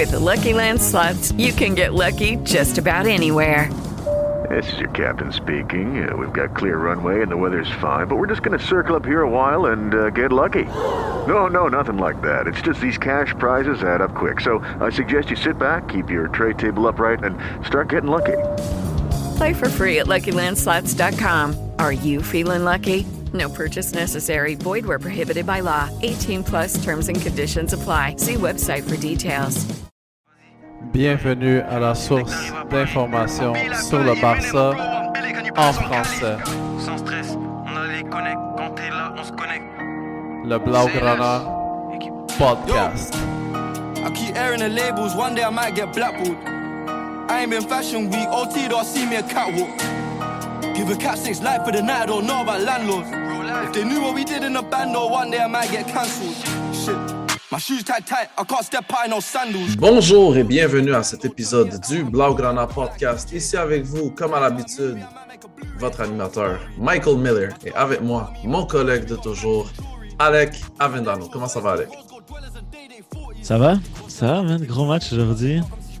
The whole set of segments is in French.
With the Lucky Land Slots, you can get lucky just about anywhere. This is your captain speaking. We've got clear runway and the weather's fine, but we're just going to circle up here a while and get lucky. No, nothing like that. It's just these cash prizes add up quick. So I suggest you sit back, keep your tray table upright, and start getting lucky. Play for free at LuckyLandSlots.com. Are you feeling lucky? No purchase necessary. Void where prohibited by law. 18 plus terms and conditions apply. See website for details. Bienvenue à la source d'information sur le Barça en français. Sans stress, on a les connects. Quand t'es là, on se connecte. Le Blaugrana Podcast. I keep airing the labels, one day I might get blackballed. I ain't been fashion week, OT don't see me a catwalk. Give a cat 6 life for the night, I don't know about landlords. If they knew what we did in the band, though, one day I might get cancelled. Shit. My shoes tight, I can't step out in no sandals. Bonjour et bienvenue à cet épisode du Blaugrana Podcast. Ici avec vous, comme à l'habitude, votre animateur Michael Miller et avec moi, mon collègue de toujours, Alec Avendano. Comment ça va, Alec? Ça va, man. Gros match aujourd'hui.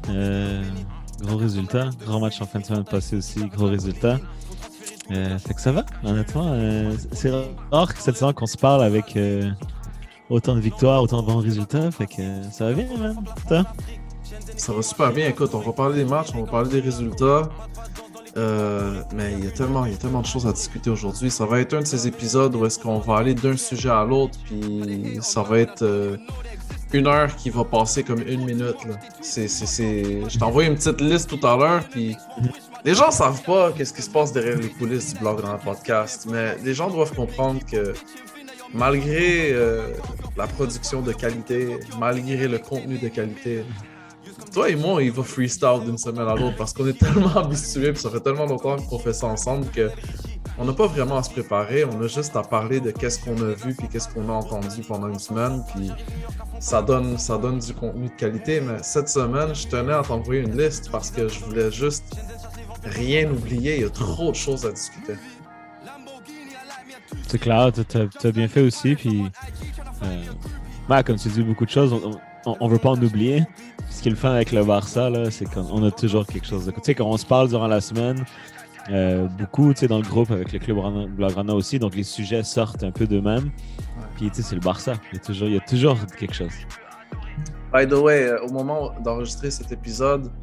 Gros résultat. Gros match en fin de semaine passée aussi. Gros résultat. Fait que ça va, honnêtement. C'est rare que cette saison qu'on se parle avec autant de victoires, autant de bons résultats. Fait que ça va bien, man. Toi? Ça va super bien. Écoute, on va parler des matchs, on va parler des résultats. Mais il y a tellement de choses à discuter aujourd'hui. Ça va être un de ces épisodes où est-ce qu'on va aller d'un sujet à l'autre, puis ça va être une heure qui va passer comme une minute. Là. Je t'ai envoyé une petite liste tout à l'heure, puis les gens savent pas qu'est-ce qui se passe derrière les coulisses du Blaugrana Podcast, mais les gens doivent comprendre que malgré la production de qualité, malgré le contenu de qualité, toi et moi, il va freestyle d'une semaine à l'autre parce qu'on est tellement habitués, puis ça fait tellement longtemps qu'on fait ça ensemble qu'on n'a pas vraiment à se préparer. On a juste à parler de qu'est-ce qu'on a vu puis qu'est-ce qu'on a entendu pendant une semaine, puis ça donne du contenu de qualité. Mais cette semaine, je tenais à t'envoyer une liste parce que je voulais juste rien oublier. Il y a trop de choses à discuter. C'est clair, t'as bien fait aussi. Puis, comme tu dis, beaucoup de choses, on veut pas en oublier. Ce qui est le fun avec le Barça, là, c'est qu'on a toujours quelque chose de... Tu sais, quand on se parle durant la semaine, beaucoup, tu sais, dans le groupe avec le club Blaugrana aussi, donc les sujets sortent un peu d'eux-mêmes. Puis, tu sais, c'est le Barça. Il y a toujours quelque chose. By the way, au moment d'enregistrer cet épisode,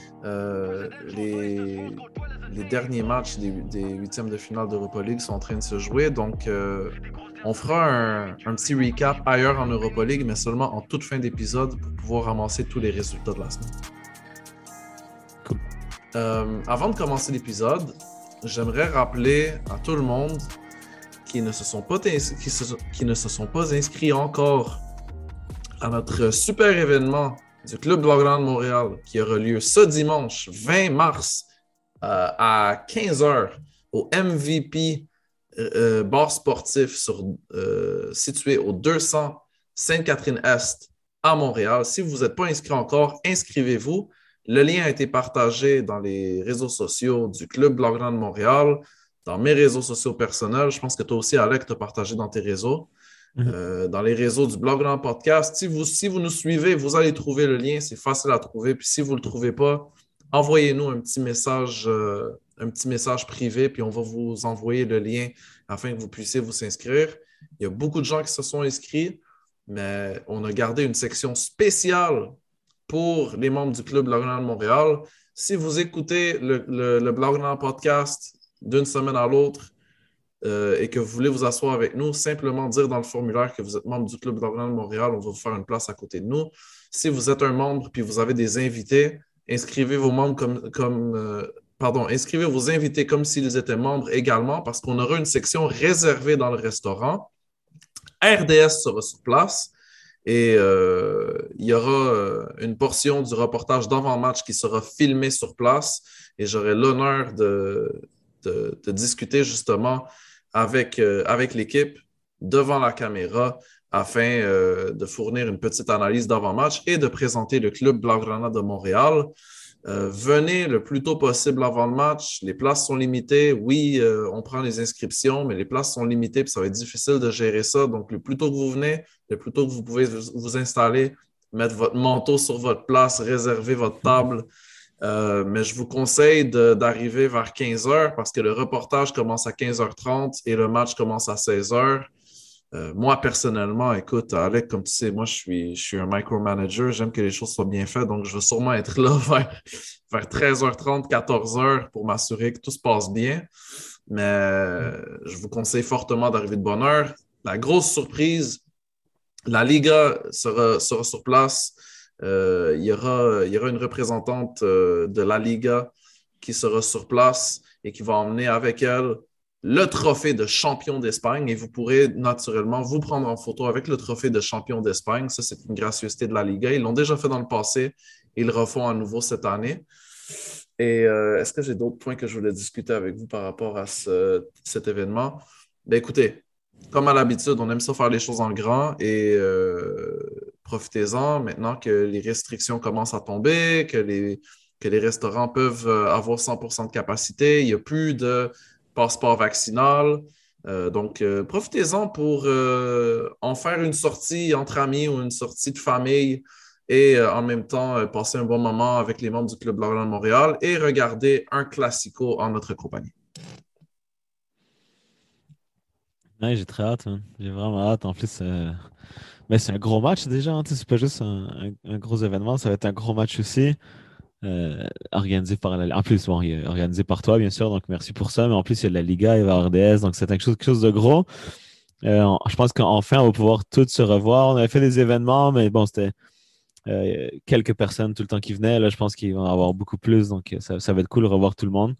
les derniers matchs des huitièmes de finale d'Europa League sont en train de se jouer. Donc, on fera un petit recap ailleurs en Europa League, mais seulement en toute fin d'épisode pour pouvoir ramasser tous les résultats de la semaine. Cool. Avant de commencer l'épisode, j'aimerais rappeler à tout le monde qui ne se sont pas inscrits encore à notre super événement du Club Blaugrana de Montréal qui aura lieu ce dimanche 20 mars à 15h au MVP bar sportif situé au 200 Sainte-Catherine-Est à Montréal. Si vous n'êtes pas inscrit encore, inscrivez-vous. Le lien a été partagé dans les réseaux sociaux du Club Blaugrana de Montréal, dans mes réseaux sociaux personnels. Je pense que toi aussi, Alec, tu as partagé dans tes réseaux. Dans les réseaux du Blaugrana Podcast. Si vous nous suivez, vous allez trouver le lien. C'est facile à trouver. Puis si vous ne le trouvez pas, envoyez-nous un petit message privé, puis on va vous envoyer le lien afin que vous puissiez vous inscrire. Il y a beaucoup de gens qui se sont inscrits, mais on a gardé une section spéciale pour les membres du Club Blaugrana de Montréal. Si vous écoutez le Blaugrana Podcast d'une semaine à l'autre et que vous voulez vous asseoir avec nous, simplement dire dans le formulaire que vous êtes membre du Club Blaugrana de Montréal, on va vous faire une place à côté de nous. Si vous êtes un membre puis vous avez des invités, inscrivez vos invités comme s'ils étaient membres également, parce qu'on aura une section réservée dans le restaurant. RDS sera sur place et il y aura une portion du reportage d'avant-match qui sera filmée sur place et j'aurai l'honneur de discuter justement avec l'équipe devant la caméra afin de fournir une petite analyse d'avant-match et de présenter le Club Blaugrana de Montréal. Venez le plus tôt possible avant le match. Les places sont limitées. Oui, on prend les inscriptions, mais les places sont limitées et ça va être difficile de gérer ça. Donc, le plus tôt que vous venez, le plus tôt que vous pouvez vous installer, mettre votre manteau sur votre place, réserver votre table. Mais je vous conseille d'arriver vers 15h parce que le reportage commence à 15h30 et le match commence à 16h. Moi, personnellement, écoute, Alec, comme tu sais, moi, je suis un micromanager. J'aime que les choses soient bien faites. Donc, je vais sûrement être là vers 13h30, 14h pour m'assurer que tout se passe bien. Mais je vous conseille fortement d'arriver de bonne heure. La grosse surprise, la Liga sera sur place. Il y aura une représentante de la Liga qui sera sur place et qui va emmener avec elle le trophée de champion d'Espagne et vous pourrez naturellement vous prendre en photo avec le trophée de champion d'Espagne. Ça, c'est une gracieuseté de la Liga. Ils l'ont déjà fait dans le passé. Ils le refont à nouveau cette année. Et est-ce que j'ai d'autres points que je voulais discuter avec vous par rapport à cet événement? Ben, écoutez, comme à l'habitude, on aime ça faire les choses en grand et profitez-en maintenant que les restrictions commencent à tomber, que les restaurants peuvent avoir 100% de capacité. Il n'y a plus de passeport vaccinal. Donc, profitez-en pour en faire une sortie entre amis ou une sortie de famille et en même temps passer un bon moment avec les membres du Club Blaugrana de Montréal et regarder un classico en notre compagnie. Ouais, j'ai très hâte. Hein. J'ai vraiment hâte. En plus, mais c'est un gros match déjà. Hein. C'est pas juste un gros événement. Ça va être un gros match aussi. Organisé par en plus, bon, il est organisé par toi, bien sûr, donc merci pour ça. Mais en plus, il y a de la Liga, il va y avoir RDS, donc c'est quelque chose de gros. Je pense qu'enfin, on va pouvoir tous se revoir. On avait fait des événements, mais bon, c'était quelques personnes tout le temps qui venaient. Là, je pense qu'il va y en avoir beaucoup plus, donc ça va être cool de revoir tout le monde.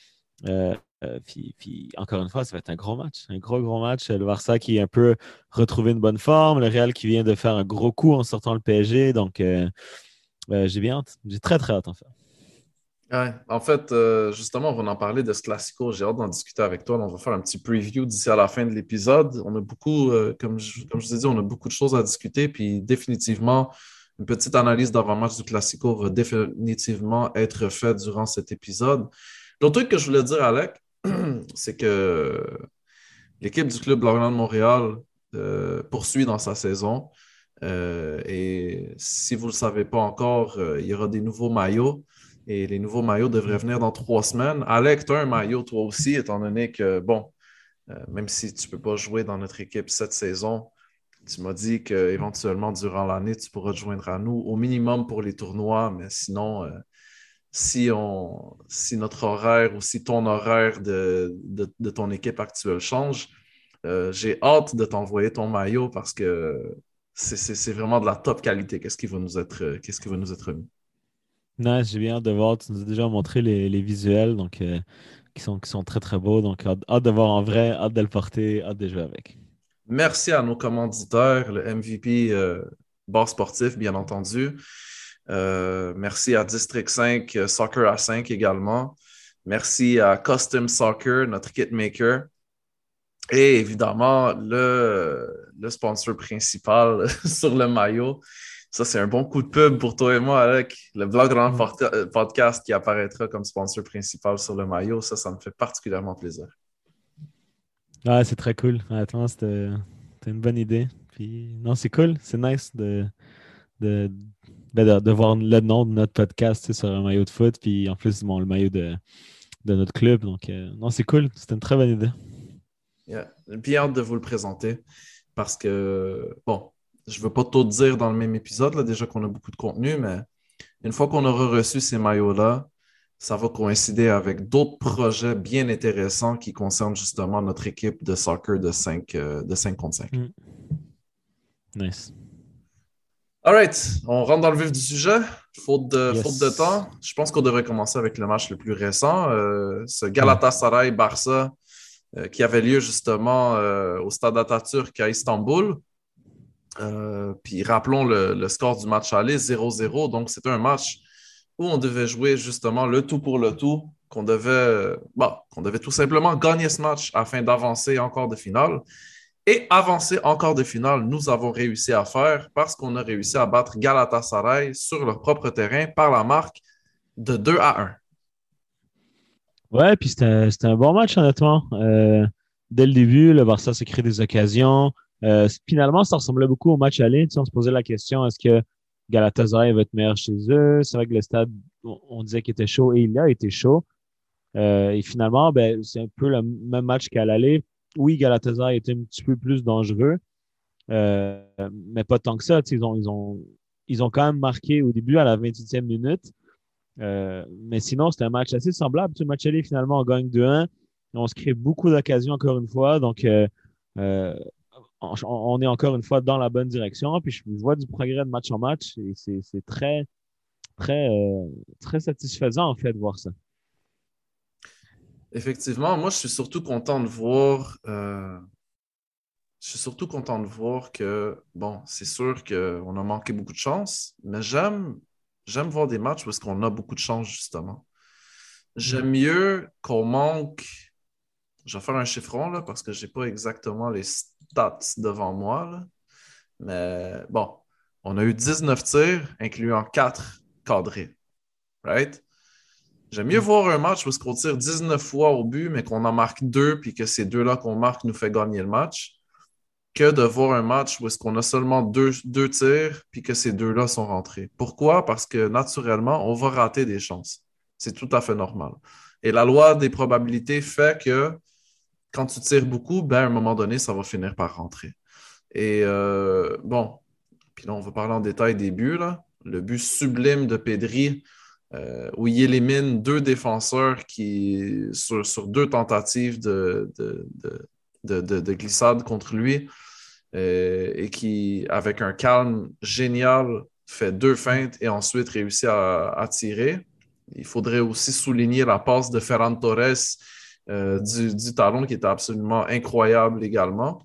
Puis, encore une fois, ça va être un gros match, un gros match. Le Barça qui est un peu retrouvé une bonne forme, le Real qui vient de faire un gros coup en sortant le PSG, donc j'ai bien hâte. J'ai très hâte en fait. Ouais, en fait, justement, on va en parler de ce classico. J'ai hâte d'en discuter avec toi. On va faire un petit preview d'ici à la fin de l'épisode. On a beaucoup, comme je vous ai dit, on a beaucoup de choses à discuter. Puis définitivement, une petite analyse d'avant-match du classico va définitivement être faite durant cet épisode. L'autre truc que je voulais dire, Alec, c'est que l'équipe du Club Blaugrana de Montréal poursuit dans sa saison. Et si vous ne le savez pas encore, il y aura des nouveaux maillots. Et les nouveaux maillots devraient venir dans 3 semaines. Alec, tu as un maillot toi aussi, étant donné que, bon, même si tu ne peux pas jouer dans notre équipe cette saison, tu m'as dit qu'éventuellement, durant l'année, tu pourras te joindre à nous, au minimum pour les tournois. Mais sinon, si notre horaire ou si ton horaire de ton équipe actuelle change, j'ai hâte de t'envoyer ton maillot parce que c'est vraiment de la top qualité. Qu'est-ce qui va nous être mis? Nice, j'ai bien hâte de voir. Tu nous as déjà montré les visuels donc, qui sont très très beaux. Donc, hâte de voir en vrai, hâte de le porter, hâte de jouer avec. Merci à nos commanditaires, le MVP Bar Sportif, bien entendu. Merci à District 5, Soccer à 5 également. Merci à Custom Soccer, notre kitmaker. Et évidemment, le sponsor principal sur le maillot. Ça, c'est un bon coup de pub pour toi et moi, avec le Blaugrana Podcast qui apparaîtra comme sponsor principal sur le maillot. Ça me fait particulièrement plaisir. Ouais, c'est très cool. Attends, c'était une bonne idée. Puis, non, c'est cool. C'est nice de voir le nom de notre podcast sur un maillot de foot. Puis, en plus, bon, le maillot de notre club. Donc, non, c'est cool. C'était une très bonne idée. Yeah. Puis, hâte de vous le présenter parce que, bon, je ne veux pas tout dire dans le même épisode, là, déjà qu'on a beaucoup de contenu, mais une fois qu'on aura reçu ces maillots-là, ça va coïncider avec d'autres projets bien intéressants qui concernent justement notre équipe de soccer de 5 contre 5. Nice. All right, on rentre dans le vif du sujet. Faute de temps, je pense qu'on devrait commencer avec le match le plus récent, ce Galatasaray-Barça qui avait lieu justement au Stade Atatürk à Istanbul. Puis rappelons le score du match aller, 0-0. Donc, c'était un match où on devait jouer justement le tout pour le tout, qu'on devait tout simplement gagner ce match afin d'avancer en quart de finale. Et avancer en quart de finale, nous avons réussi à faire parce qu'on a réussi à battre Galatasaray sur leur propre terrain par la marque de 2-1. Ouais, puis c'était un bon match, honnêtement. Dès le début, le Barça s'est créé des occasions. Finalement, ça ressemblait beaucoup au match aller. Tu sais, on se posait la question, est-ce que Galatasaray va être meilleur chez eux. C'est vrai que le stade, on disait qu'il était chaud et il a été chaud. Et finalement, ben, c'est un peu le même match qu'à l'aller. Oui, Galatasaray était un petit peu plus dangereux, mais pas tant que ça. Ils ont quand même marqué au début à la 28e minute. Mais sinon, c'était un match assez semblable. Le match aller, finalement, on gagne 2-1. On se crée beaucoup d'occasions encore une fois. Donc, on est encore une fois dans la bonne direction. Puis je vois du progrès de match en match et c'est très, très, très satisfaisant en fait de voir ça. Effectivement, moi, je suis surtout content de voir. Je suis surtout content de voir que, bon, c'est sûr qu'on a manqué beaucoup de chance, mais j'aime voir des matchs où est-ce qu'on a beaucoup de chance, justement. J'aime mieux qu'on manque. Je vais faire un chiffron là, parce que je n'ai pas exactement les stats devant moi, là. Mais bon, on a eu 19 tirs, incluant 4 cadrés. Right? J'aime mieux voir un match où on tire 19 fois au but, mais qu'on en marque 2, puis que ces 2-là qu'on marque nous fait gagner le match, que de voir un match où est-ce qu'on a seulement 2 tirs, puis que ces 2-là sont rentrés. Pourquoi? Parce que naturellement, on va rater des chances. C'est tout à fait normal. Et la loi des probabilités fait que quand tu tires beaucoup, ben, à un moment donné, ça va finir par rentrer. Et bon, puis là, on va parler en détail des buts, là. Le but sublime de Pedri, où il élimine 2 défenseurs sur 2 tentatives de glissade contre lui, et qui, avec un calme génial, fait 2 feintes et ensuite réussit à tirer. Il faudrait aussi souligner la passe de Ferran Torres du talon qui était absolument incroyable également.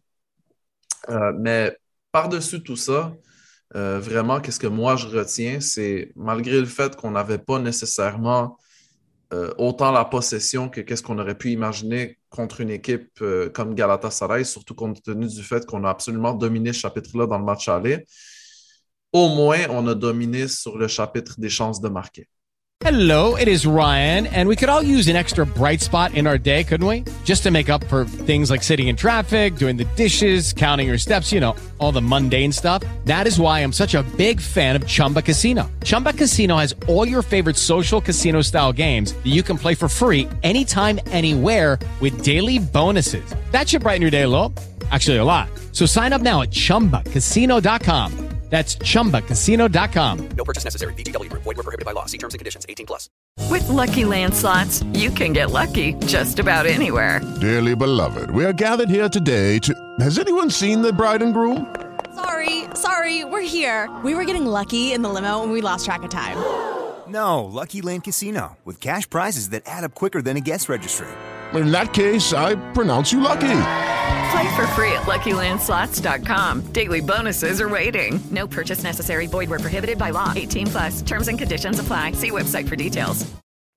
Mais par-dessus tout ça, vraiment, qu'est-ce que moi je retiens, c'est malgré le fait qu'on n'avait pas nécessairement autant la possession que qu'est-ce qu'on aurait pu imaginer contre une équipe comme Galatasaray, surtout compte tenu du fait qu'on a absolument dominé ce chapitre-là dans le match aller. Au moins, on a dominé sur le chapitre des chances de marquer. Hello, it is Ryan, and we could all use an extra bright spot in our day, couldn't we? Just to make up for things like sitting in traffic, doing the dishes, counting your steps, you know, all the mundane stuff. That is why I'm such a big fan of Chumba Casino. Chumba Casino has all your favorite social casino-style games that you can play for free anytime, anywhere with daily bonuses. That should brighten your day a little. Actually, a lot. So sign up now at ChumbaCasino.com. That's ChumbaCasino.com. No purchase necessary. VGW Group. Void where prohibited by law. See terms and conditions. 18+. With Lucky Land Slots, you can get lucky just about anywhere. Dearly beloved, we are gathered here today to... Has anyone seen the bride and groom? Sorry, we're here. We were getting lucky in the limo and we lost track of time. No, Lucky Land Casino. With cash prizes that add up quicker than a guest registry. In that case, I pronounce you lucky. Play for free at LuckyLandSlots.com. Daily bonuses are waiting. No purchase necessary. Void where prohibited by law. 18+. Terms and conditions apply. See website for details.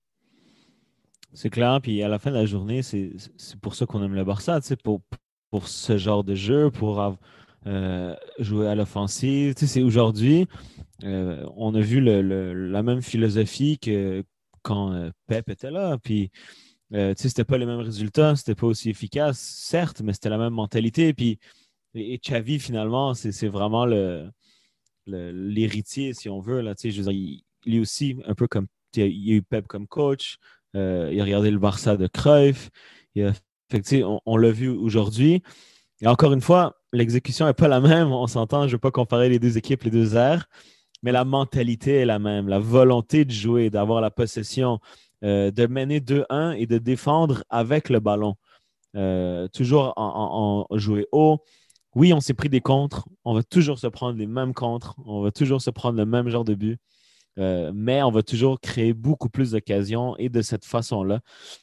C'est clair. Puis à la fin de la journée, c'est pour ça qu'on aime le Barça, tu sais, pour ce genre de jeu, pour jouer à l'offensive. Tu sais, c'est aujourd'hui, on a vu la même philosophie que quand Pep était là. Puis tu sais, c'était pas les mêmes résultats, c'était pas aussi efficace, certes, mais c'était la même mentalité. Puis, et Xavi, finalement, c'est vraiment l'héritier, si on veut. Là, tu sais, je veux dire, lui aussi, un peu comme il y a eu Pep comme coach, il a regardé le Barça de Cruyff. Fait que, tu sais, on l'a vu aujourd'hui. Et encore une fois, l'exécution n'est pas la même. On s'entend, je ne veux pas comparer les 2 équipes, les 2 aires, mais la mentalité est la même. La volonté de jouer, d'avoir la possession, de mener 2-1 et de défendre avec le ballon. Toujours en jouer haut. Oui, on s'est pris des contres. On va toujours se prendre les mêmes contres. On va toujours se prendre le même genre de but. Mais on va toujours créer beaucoup plus d'occasions et de cette façon-là.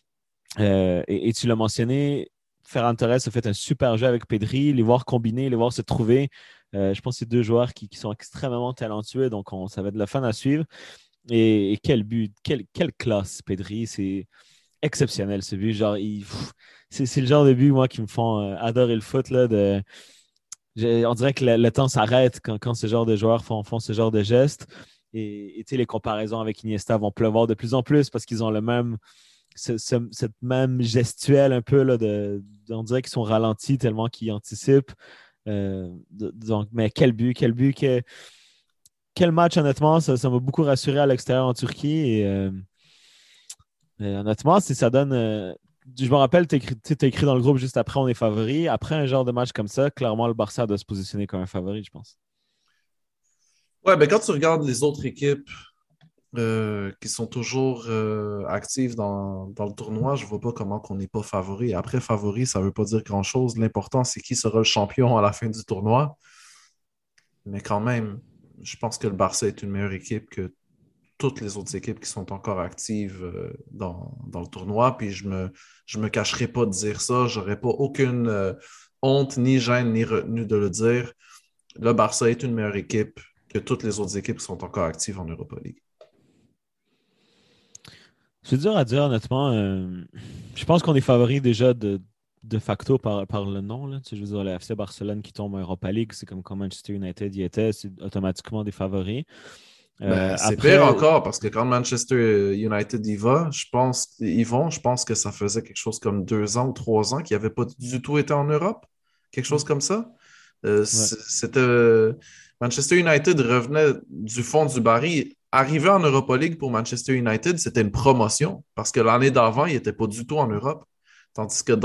Et tu l'as mentionné, Ferran Torres a fait un super jeu avec Pedri. Les voir combiner, les voir se trouver. Je pense que c'est 2 joueurs qui sont extrêmement talentueux. Donc, ça va être de la fun à suivre. Et quel but, quelle classe, Pedri. C'est exceptionnel ce but. Genre, c'est le genre de but, moi, qui me font adorer le foot. Là, on dirait que le temps s'arrête quand ce genre de joueurs font ce genre de gestes. Et les comparaisons avec Iniesta vont pleuvoir de plus en plus parce qu'ils ont cette même gestuelle un peu. Là, on dirait qu'ils sont ralentis tellement qu'ils anticipent. Donc, mais quel but que... quel match, honnêtement. Ça m'a beaucoup rassuré à l'extérieur en Turquie. Et honnêtement, si ça donne. Je me rappelle, tu as écrit dans le groupe juste après, on est favori. Après un genre de match comme ça, clairement, le Barça doit se positionner comme un favori, je pense. Ouais, ben quand tu regardes les autres équipes qui sont toujours actives dans le tournoi, je ne vois pas comment on n'est pas favori. Après, favori, ça ne veut pas dire grand-chose. L'important, c'est qui sera le champion à la fin du tournoi. Mais quand même, je pense que le Barça est une meilleure équipe que toutes les autres équipes qui sont encore actives dans le tournoi. Puis je me cacherai pas de dire ça. Je n'aurai pas aucune honte, ni gêne, ni retenue de le dire. Le Barça est une meilleure équipe que toutes les autres équipes qui sont encore actives en Europa League. C'est dur à dire, honnêtement. Je pense qu'on est favori déjà de facto par le nom. Là. Tu sais, je veux dire, le FC Barcelone qui tombe en Europa League, c'est comme quand Manchester United y était, c'est automatiquement des favoris. C'est pire encore parce que quand Manchester United y va, je pense que ça faisait quelque chose comme 2 ans ou 3 ans qu'ils n'avaient pas du tout été en Europe. Quelque chose comme ça. C'était Manchester United revenait du fond du baril. Arriver en Europa League pour Manchester United, c'était une promotion parce que l'année d'avant, il n'était pas du tout en Europe. Tandis que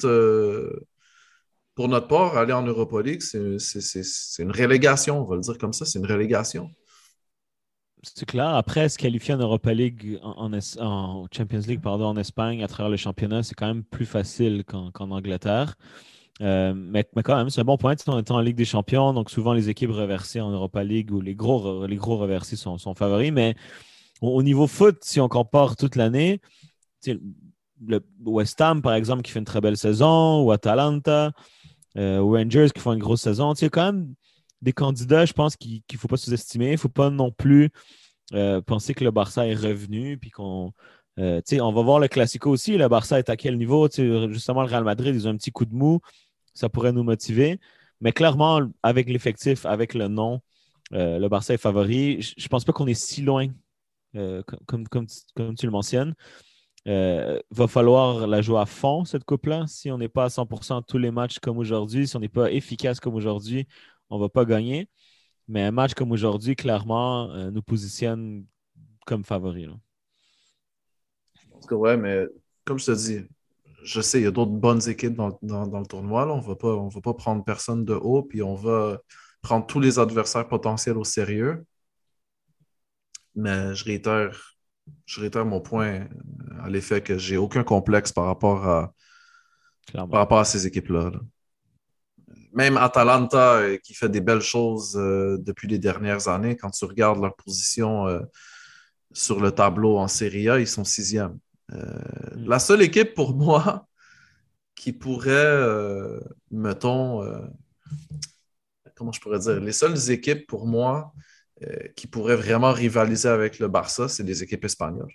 pour notre part, aller en Europa League, c'est une relégation, on va le dire comme ça, c'est une relégation. C'est clair. Après, se qualifier en Europa League, en Champions League, pardon, en Espagne, à travers le championnat, c'est quand même plus facile qu'en Angleterre. Mais quand même, c'est un bon point. On est en Ligue des Champions, donc souvent les équipes reversées en Europa League ou les gros reversés sont favoris. Mais au niveau foot, si on compare toute l'année, le West Ham, par exemple, qui fait une très belle saison, ou Atalanta, ou Rangers qui font une grosse saison, il y a quand même des candidats, je pense, qu'il ne faut pas sous-estimer. Il ne faut pas non plus penser que le Barça est revenu, puis qu'on... on va voir le Classico aussi. Le Barça est à quel niveau? Justement, le Real Madrid, ils ont un petit coup de mou. Ça pourrait nous motiver. Mais clairement, avec l'effectif, avec le nom, le Barça est favori. Je ne pense pas qu'on est si loin, comme tu le mentionnes. Va falloir la jouer à fond, cette coupe-là. Si on n'est pas à 100% tous les matchs comme aujourd'hui, si on n'est pas efficace comme aujourd'hui, on ne va pas gagner. Mais un match comme aujourd'hui, clairement, nous positionne comme favori. Là. Ouais, mais comme je te dis, je sais, il y a d'autres bonnes équipes dans le tournoi. Là. On va pas prendre personne de haut, puis on va prendre tous les adversaires potentiels au sérieux. Mais je réitère mon point à l'effet que j'ai aucun complexe par rapport à ces équipes-là. Là. Même Atalanta, qui fait des belles choses depuis les dernières années, quand tu regardes leur position sur le tableau en Serie A, ils sont 6e. La seule équipe pour moi qui pourrait, comment je pourrais dire, les seules équipes pour moi qui pourraient vraiment rivaliser avec le Barça, c'est des équipes espagnoles.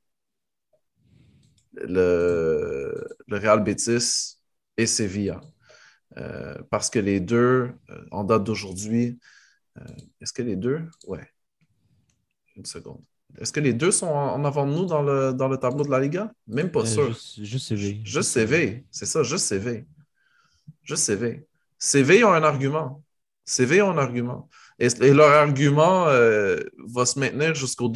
Le Real Betis et Sevilla. Parce que les deux, en date d'aujourd'hui, est-ce que les deux? Ouais. Une seconde. Est-ce que les deux sont en avant de nous dans le tableau de la Liga? Même pas sûr. Juste CV. Juste CV. C'est ça, juste CV. Juste CV. CV ont un argument. CV ont un argument. Et leur argument va se maintenir jusqu'au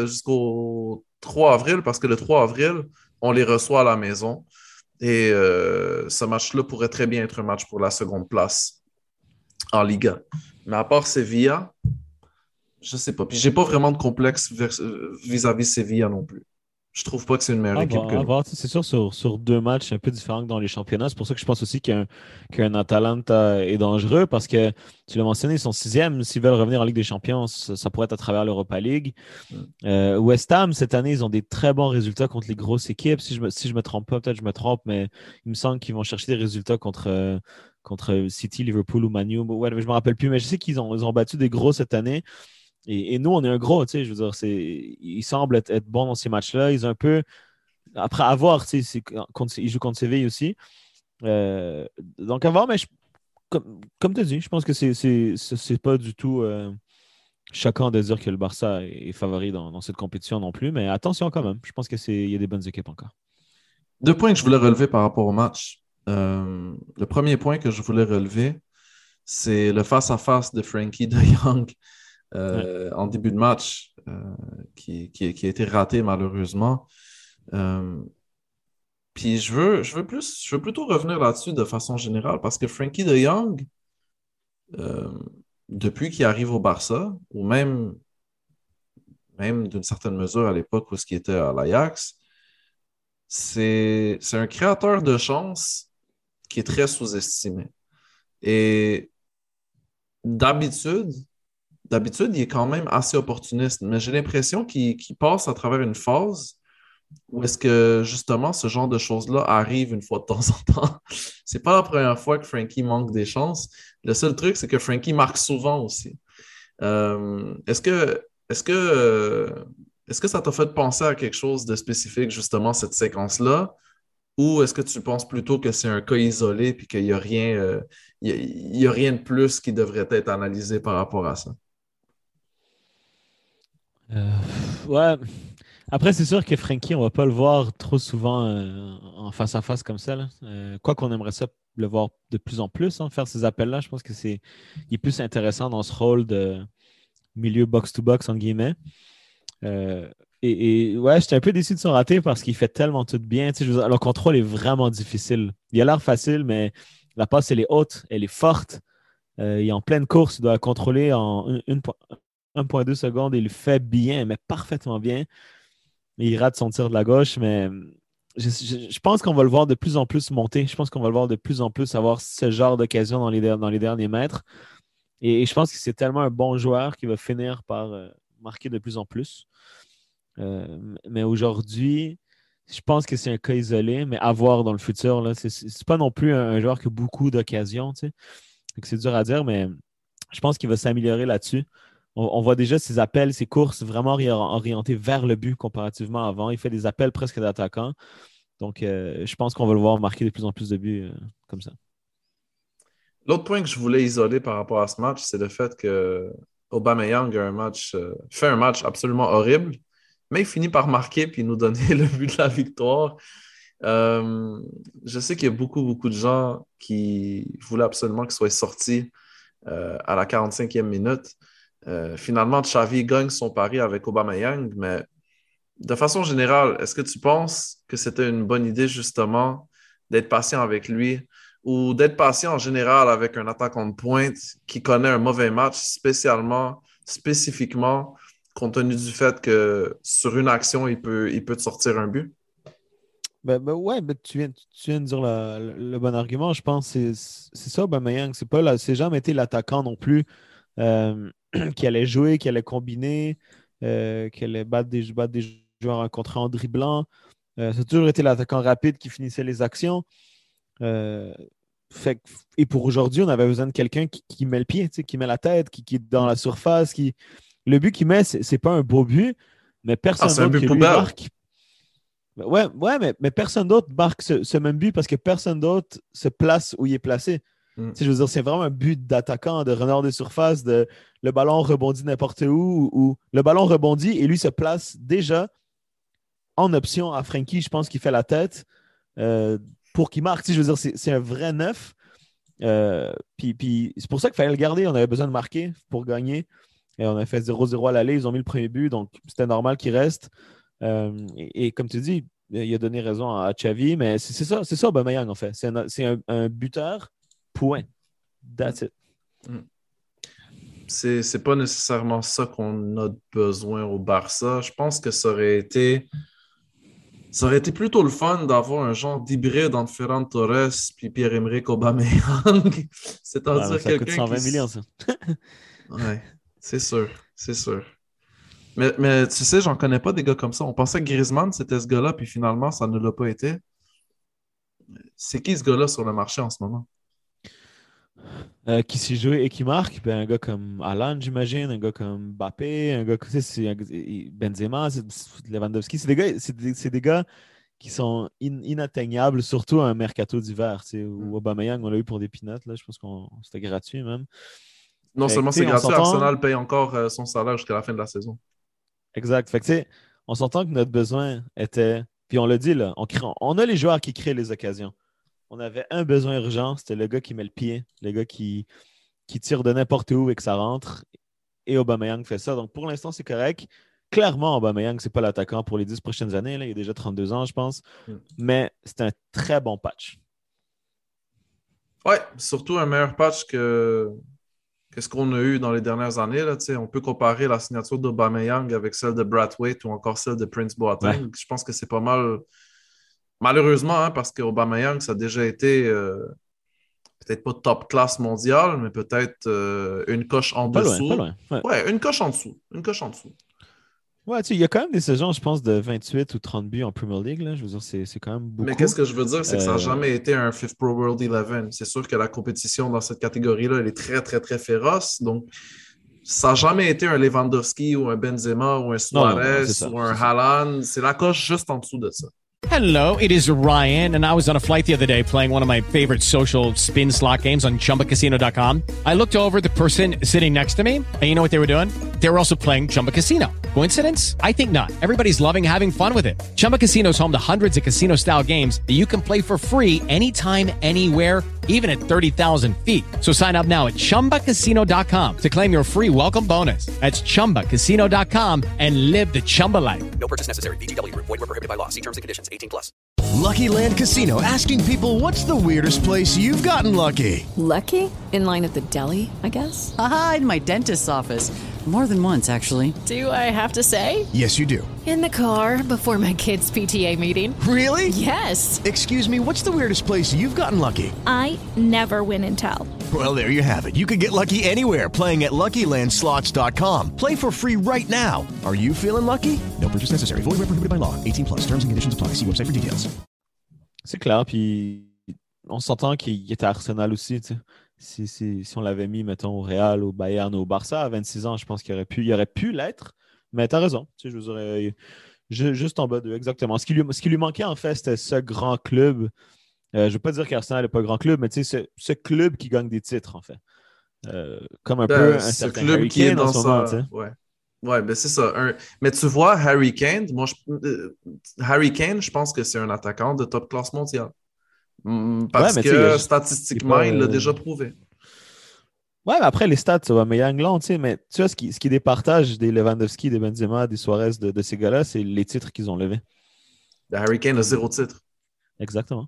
3 avril, parce que le 3 avril, on les reçoit à la maison. Et ce match-là pourrait très bien être un match pour la seconde place en Liga. Mais à part Sevilla, je sais pas. Puis j'ai pas vraiment de complexe vis-à-vis Sevilla non plus. Je trouve pas que c'est une meilleure équipe que nous. C'est sûr, sur 2 matchs un peu différents que dans les championnats. C'est pour ça que je pense aussi qu'un Atalanta est dangereux parce que, tu l'as mentionné, ils sont 6e. S'ils veulent revenir en Ligue des Champions, ça pourrait être à travers l'Europa League. West Ham, cette année, ils ont des très bons résultats contre les grosses équipes. Si je me trompe pas, peut-être je me trompe, mais il me semble qu'ils vont chercher des résultats contre City, Liverpool ou Man U. Ouais, je me rappelle plus, mais je sais qu'ils ont battu des gros cette année. Et nous, on est un gros, tu sais, je veux dire, ils semblent être bons dans ces matchs-là. Ils ont un peu, après avoir, tu sais, ils jouent contre Séville aussi. Donc, à voir, mais comme tu as dit, je pense que c'est pas du tout choquant de dire que le Barça est favori dans cette compétition non plus. Mais attention quand même, je pense qu'il y a des bonnes équipes encore. 2 points que je voulais relever par rapport au match. Le premier point que je voulais relever, c'est le face-à-face de Frenkie de Jong en début de match qui a été raté malheureusement. Puis je veux plutôt revenir là-dessus de façon générale parce que Frankie de Jong, euh, depuis qu'il arrive au Barça, ou même d'une certaine mesure à l'époque où il était à l'Ajax, c'est un créateur de chance qui est très sous-estimé. Et d'habitude, il est quand même assez opportuniste, mais j'ai l'impression qu'il passe à travers une phase où est-ce que justement ce genre de choses-là arrive une fois de temps en temps. C'est pas la première fois que Frankie manque des chances. Le seul truc, c'est que Frankie marque souvent aussi. Euh, est-ce que, est-ce que, est-ce que ça t'a fait penser à quelque chose de spécifique, justement, cette séquence-là? Ou est-ce que tu penses plutôt que c'est un cas isolé et qu'il n'y a rien, il y a rien de plus qui devrait être analysé par rapport à ça? Euh, ouais. Après, c'est sûr que Frankie, on va pas le voir trop souvent en face à face comme ça, là. Quoi qu'on aimerait ça le voir de plus en plus, hein, faire ces appels-là. Je pense que il est plus intéressant dans ce rôle de milieu box-to-box, entre guillemets. Euh, ouais, j'étais un peu déçu de son raté parce qu'il fait tellement tout bien. Tu sais, je veux dire, le contrôle est vraiment difficile. Il a l'air facile, mais la passe, elle est haute, elle est forte. Il est en pleine course, il doit la contrôler en 1,2 secondes. Il le fait bien, mais parfaitement bien. Il rate son tir de la gauche, mais je pense qu'on va le voir de plus en plus monter. Je pense qu'on va le voir de plus en plus avoir ce genre d'occasion dans les derniers mètres. Et je pense que c'est tellement un bon joueur qu'il va finir par marquer de plus en plus. Mais aujourd'hui, je pense que c'est un cas isolé, mais à voir dans le futur. Là, c'est pas non plus un joueur qui a beaucoup d'occasions. Tu sais. Donc, c'est dur à dire, mais je pense qu'il va s'améliorer là-dessus. On voit déjà ses appels, ses courses vraiment orientées vers le but comparativement à avant. Il fait des appels presque d'attaquant. Donc, je pense qu'on va le voir marquer de plus en plus de buts comme ça. L'autre point que je voulais isoler par rapport à ce match, c'est le fait que Aubameyang fait un match absolument horrible, mais il finit par marquer puis nous donner le but de la victoire. Euh, je sais qu'il y a beaucoup de gens qui voulaient absolument qu'il soit sorti à la 45e minute. Finalement, Xavi gagne son pari avec Aubameyang, mais de façon générale, est-ce que tu penses que c'était une bonne idée justement d'être patient avec lui ou d'être patient en général avec un attaquant de pointe qui connaît un mauvais match, spécifiquement, compte tenu du fait que sur une action, il peut te sortir un but? Ouais, tu viens de dire le bon argument. Je pense que c'est ça, Aubameyang. C'est jamais été l'attaquant non plus qui allait jouer, qui allait combiner, qui allait battre des joueurs en contre en dribblant. Ça a toujours été l'attaquant rapide qui finissait les actions. Euh, et pour aujourd'hui, on avait besoin de quelqu'un qui met le pied, qui met la tête, qui est dans la surface. Le but qu'il met, c'est pas un beau but, mais personne d'autre qui lui marque. Ouais, mais personne d'autre marque ce même but parce que personne d'autre se place où il est placé. Je veux dire, c'est vraiment un but d'attaquant, de renard de surface, le ballon rebondit n'importe où, ou le ballon rebondit et lui se place déjà en option à Frankie. Je pense qu'il fait la tête pour qu'il marque. Je veux dire, c'est un vrai neuf. Puis c'est pour ça qu'il fallait le garder. On avait besoin de marquer pour gagner. Et on a fait 0-0 à l'aller. Ils ont mis le premier but, donc c'était normal qu'il reste. Et comme tu dis, il a donné raison à Xavi, mais c'est ça Aubameyang en fait. C'est un buteur, point. That's it. C'est pas nécessairement ça qu'on a besoin au Barça. Je pense que ça aurait été plutôt le fun d'avoir un genre d'hybride entre Ferran Torres puis Pierre-Emerick Aubameyang. C'est-à-dire ça coûte 120 millions, ça. Ouais, c'est sûr. Mais tu sais, j'en connais pas des gars comme ça. On pensait que Griezmann, c'était ce gars-là, puis finalement, ça ne l'a pas été. C'est qui ce gars-là sur le marché en ce moment? Qui s'y joue et qui marque? Ben, un gars comme Haaland, j'imagine, un gars comme Mbappé, un gars comme Benzema, Lewandowski. C'est des gars qui sont inatteignables, surtout à un mercato d'hiver. Ou Aubameyang, on l'a eu pour des peanuts. Là, je pense que c'était gratuit même. Non seulement c'est gratuit, Arsenal paye encore son salaire jusqu'à la fin de la saison. Exact. Fait que, on s'entend que notre besoin était, puis on l'a dit, là, on a les joueurs qui créent les occasions. On avait un besoin urgent, c'était le gars qui met le pied, le gars qui tire de n'importe où et que ça rentre. et Aubameyang fait ça. Donc, pour l'instant, c'est correct. Clairement, Aubameyang, c'est pas l'attaquant pour les 10 prochaines années. Là. Il a déjà 32 ans, je pense. Mais c'est un très bon patch. Ouais, surtout un meilleur patch que ce qu'on a eu dans les dernières années. Là, on peut comparer la signature d'Aubameyang avec celle de Brathwaite ou encore celle de Prince Boateng. Ouais. Je pense que c'est pas mal. Malheureusement, hein, parce qu'Aubameyang, ça a déjà été peut-être pas top classe mondiale, mais peut-être une coche en dessous. Pas loin. Ouais, une coche en dessous. Une coche en dessous. Ouais, il y a quand même des saisons, je pense, de 28 ou 30 buts en Premier League. Là. Je veux dire, c'est quand même beaucoup. Mais qu'est-ce que je veux dire, c'est que ça n'a jamais été un Fifth Pro World 11. C'est sûr que la compétition dans cette catégorie-là, elle est très, très, très féroce. Donc, ça n'a jamais été un Lewandowski ou un Benzema ou un Suarez ou un Haaland. C'est la coche juste en dessous de ça. Hello, it is Ryan, and I was on a flight the other day playing one of my favorite social spin slot games on ChumbaCasino.com. I looked over at the person sitting next to me, and you know what they were doing? They were also playing Chumba Casino. Coincidence? I think not. Everybody's loving having fun with it. Chumba Casino is home to hundreds of casino-style games that you can play for free anytime, anywhere, even at 30,000 feet. So sign up now at ChumbaCasino.com to claim your free welcome bonus. That's ChumbaCasino.com and live the Chumba life. No purchase necessary. VGW. Void where prohibited by law. See terms and conditions. 18+. Lucky Land Casino, asking people, what's the weirdest place you've gotten lucky? Lucky? In line at the deli, I guess? Aha, in my dentist's office. More than once, actually. Do I have to say? Yes, you do. In the car before my kids' PTA meeting. Really? Yes. Excuse me, what's the weirdest place you've gotten lucky? I never win and tell. Well, there you have it. You can get lucky anywhere, playing at LuckyLandSlots.com. Play for free right now. Are you feeling lucky? No purchase necessary. Void where prohibited by law. 18+. Terms and conditions apply. See website for details. C'est clair, puis on s'entend qu'il était à Arsenal aussi, tu sais. Si on l'avait mis, mettons, au Real, au Bayern, au Barça, à 26 ans, je pense qu'il aurait pu l'être. Mais tu as raison. Tu sais, je vous aurais juste en bas d'eux, exactement. Ce qui lui manquait, en fait, c'était ce grand club. Je ne veux pas dire qu'Arsenal n'est pas un grand club, mais tu sais, ce club qui gagne des titres, en fait. Comme un peu un certain club Harry qui est Kane dans en ce moment, tu sais. Ouais, ben c'est ça. Mais tu vois, Harry Kane, Harry Kane, je pense que c'est un attaquant de top classe mondiale. Parce que statistiquement, il l'a déjà prouvé. Ouais, mais après, les stats, ça va meilleur anglais, tu sais, mais tu vois, ce qui départage des Lewandowski, des Benzema, des Suarez, de ces gars-là, c'est les titres qu'ils ont levés. Harry Kane a 0 titre. Exactement.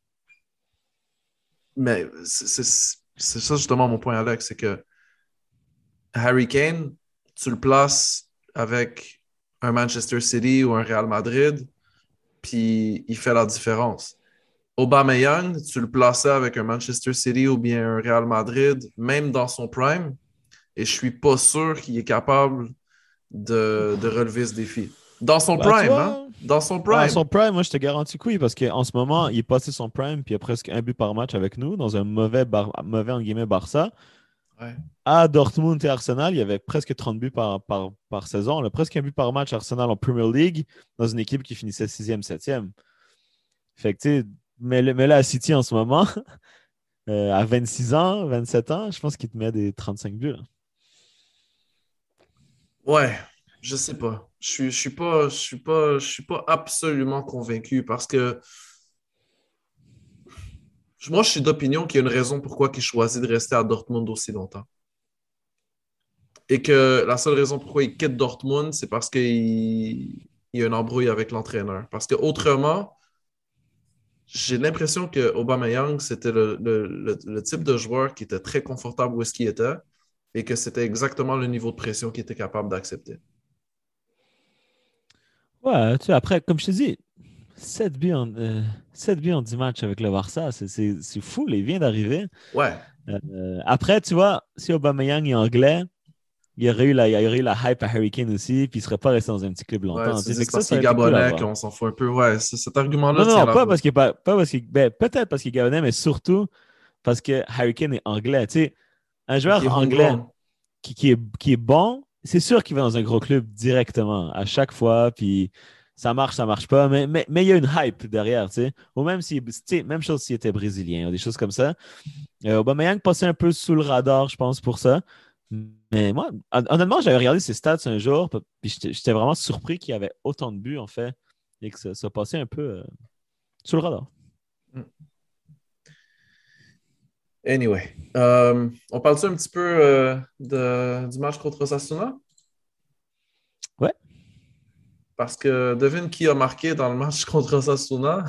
Mais c'est ça justement mon point, Alex, c'est que Harry Kane, tu le places avec un Manchester City ou un Real Madrid, puis il fait la différence. Aubameyang, tu le plaçais avec un Manchester City ou bien un Real Madrid, même dans son prime, et je suis pas sûr qu'il est capable de relever ce défi. Dans son prime, hein? Dans son prime. Dans son prime, moi, je te garantis que oui, parce qu'en ce moment, il est passé son prime, puis il a presque un but par match avec nous, dans un mauvais en guillemets, Barça. Ouais. À Dortmund et Arsenal, il y avait presque 30 buts par saison. Là, presque un but par match Arsenal en Premier League, dans une équipe qui finissait 6e, 7e. Fait que, tu sais, mais là, à City en ce moment, à 26 ans, 27 ans, je pense qu'il te met des 35 buts. Là. Ouais, je sais pas. Je suis pas absolument convaincu parce que moi, je suis d'opinion qu'il y a une raison pourquoi il choisit de rester à Dortmund aussi longtemps. Et que la seule raison pourquoi il quitte Dortmund, c'est parce qu'il y a une embrouille avec l'entraîneur. Parce que autrement, j'ai l'impression que Aubameyang, c'était le type de joueur qui était très confortable où est-ce qu'il était et que c'était exactement le niveau de pression qu'il était capable d'accepter. Ouais, tu sais, après, comme je te dis, 7 buts en 10 matchs avec le Barça, c'est fou, il vient d'arriver. Ouais. Après, tu vois, si Aubameyang est anglais, il y aurait eu la hype à Harry Kane aussi, puis il ne serait pas resté dans un petit club longtemps. Ouais, c'est parce qu'il est gabonais qu'on s'en fout un peu. Ouais, cet argument-là. Non, pas parce qu'il peut-être parce qu'il est gabonais, mais surtout parce que Harry Kane est anglais. Tu sais, un joueur anglais qui est bon, c'est sûr qu'il va dans un gros club directement, à chaque fois, puis ça marche pas, mais il y a une hype derrière, tu sais. Ou même même chose s'il était brésilien, ou des choses comme ça. Aubameyang passait un peu sous le radar, je pense, pour ça. Mais moi, honnêtement, j'avais regardé ses stats un jour, puis j'étais vraiment surpris qu'il y avait autant de buts, en fait, et que ça passait un peu sous le radar. Anyway, on parle-tu un petit peu du match contre Osasuna? Ouais. Parce que devine qui a marqué dans le match contre Osasuna?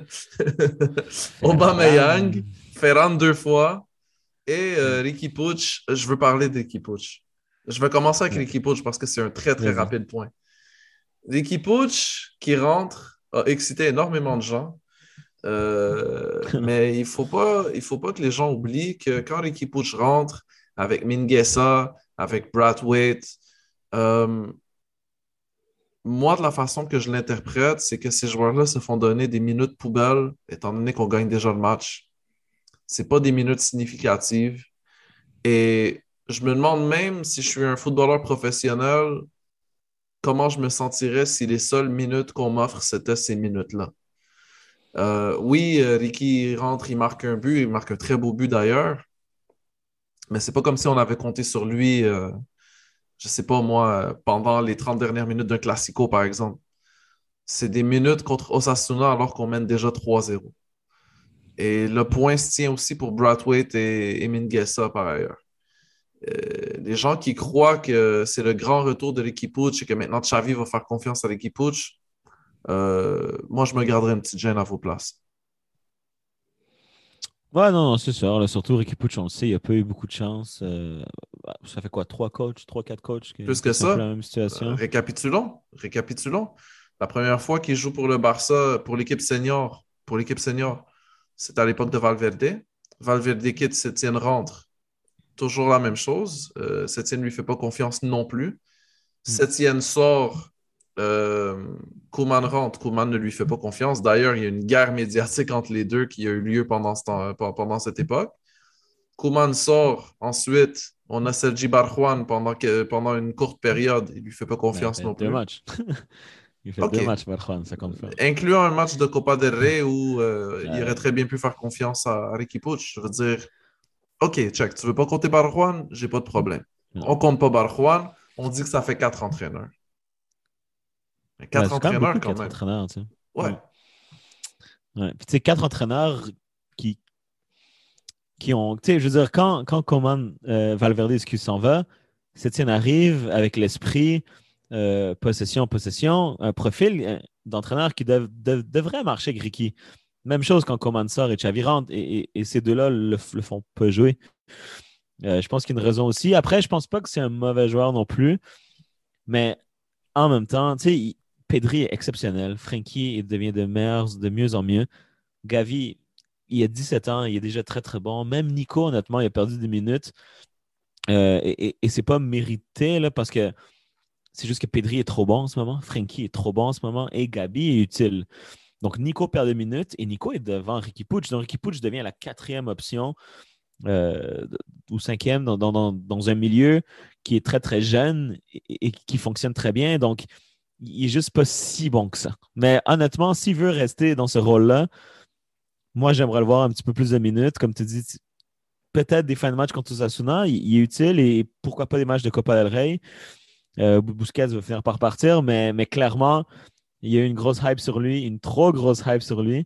Aubameyang, Ferran 2 fois et Riqui Puig. Je veux parler de Riqui Puig. Je vais commencer avec Riqui Puig parce que c'est un très, très rapide point. Riqui Puig qui rentre a excité énormément de gens. Mais il faut pas que les gens oublient que quand Riqui Puig rentre avec Mingueza, avec Brathwaite, moi, de la façon que je l'interprète, c'est que ces joueurs-là se font donner des minutes poubelles, étant donné qu'on gagne déjà le match. C'est pas des minutes significatives. Et je me demande même si je suis un footballeur professionnel, comment je me sentirais si les seules minutes qu'on m'offre, c'était ces minutes-là. Oui, Riqui rentre, il marque un but, il marque un très beau but d'ailleurs, mais c'est pas comme si on avait compté sur lui, je sais pas moi, pendant les 30 dernières minutes d'un Classico, par exemple. C'est des minutes contre Osasuna alors qu'on mène déjà 3-0. Et le point se tient aussi pour Brathwaite et Mingueza par ailleurs. Les gens qui croient que c'est le grand retour de Riqui Puig et que maintenant Xavi va faire confiance à Riqui Puig, moi, je me garderais une petite gêne à vos places. Ouais, non, c'est sûr. Là, surtout, Riqui Puig, on le sait, il n'a pas eu beaucoup de chance. Ça fait quoi? 3-4 coachs Plus que sont ça, dans la même situation. Récapitulons. La première fois qu'il joue pour le Barça, pour l'équipe senior, c'était à l'époque de Valverde. Valverde quitte, Setien rentre. Toujours la même chose. Setien ne lui fait pas confiance non plus. Setien sort. Koeman rentre, Koeman ne lui fait pas confiance. D'ailleurs, il y a une guerre médiatique entre les deux qui a eu lieu pendant cette époque. Koeman sort, ensuite, on a Sergi Barjuan pendant une courte période. Il ne lui fait pas confiance non plus. Deux matchs. Il fait 2 matchs, Barjuan, ça compte pas. Incluant un match de Copa del Rey où il aurait très bien pu faire confiance à Riqui Puig. Je veux dire, OK, check, tu veux pas compter Barjuan? J'ai pas de problème. On compte pas Barjuan, on dit que ça fait 4 entraîneurs. 4 entraîneurs quand même. 4 entraîneurs, tu sais. Ouais. Puis tu sais, 4 entraîneurs qui ont... Tu sais, je veux dire, quand Koeman, Valverde, s'en va, Setien arrive avec l'esprit, possession, un profil d'entraîneur qui devrait marcher avec Riqui. Même chose quand Koeman sort et Xavi rentre, et ces deux-là le font pas jouer. Je pense qu'il y a une raison aussi. Après, je pense pas que c'est un mauvais joueur non plus, mais en même temps, tu sais, Pedri est exceptionnel. Frenkie devient de mieux en mieux. Gavi, il a 17 ans, il est déjà très, très bon. Même Nico, honnêtement, il a perdu des minutes. Et c'est pas mérité, là, parce que c'est juste que Pedri est trop bon en ce moment. Frenkie est trop bon en ce moment. Et Gabi est utile. Donc, Nico perd des minutes et Nico est devant Riqui Puig. Donc, Riqui Puig devient la 4e option ou 5e dans un milieu qui est très, très jeune et qui fonctionne très bien. Donc, il n'est juste pas si bon que ça. Mais honnêtement, s'il veut rester dans ce rôle-là, moi, j'aimerais le voir un petit peu plus de minutes. Comme tu dis, peut-être des fins de match contre Osasuna, il est utile et pourquoi pas des matchs de Copa del Rey. Busquets va finir par partir, mais clairement, il y a eu une grosse hype sur lui, une trop grosse hype sur lui.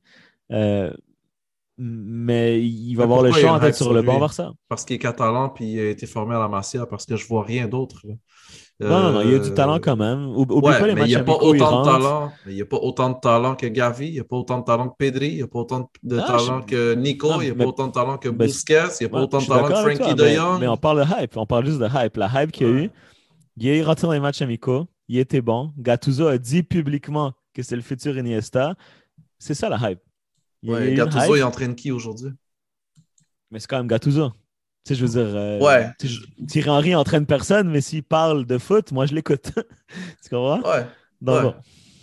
Mais il va avoir le choix d'être sur le banc Barça. Parce qu'il est catalan puis il a été formé à la Masia, parce que je vois rien d'autre. Non, il y a du talent quand même. Mais il n'y a pas autant de talent. Il n'y a pas autant de talent que Gavi, il n'y a pas autant de talent que Pedri, il n'y a pas autant de talent que Nico, il n'y a pas autant de talent que Busquets, il n'y a pas autant de talent que Frenkie de Jong. Mais on parle de hype, on parle juste de hype. La hype qu'il y a eu, il est rentré dans les matchs amicaux, il était bon. Gattuso a dit publiquement que c'est le futur Iniesta. C'est ça la hype. Gattuso, il entraîne qui aujourd'hui? Mais c'est quand même Gattuso. Tu sais, je veux dire, Thierry Henry entraîne personne, mais s'il parle de foot, moi, je l'écoute. Tu comprends? Ouais. Donc,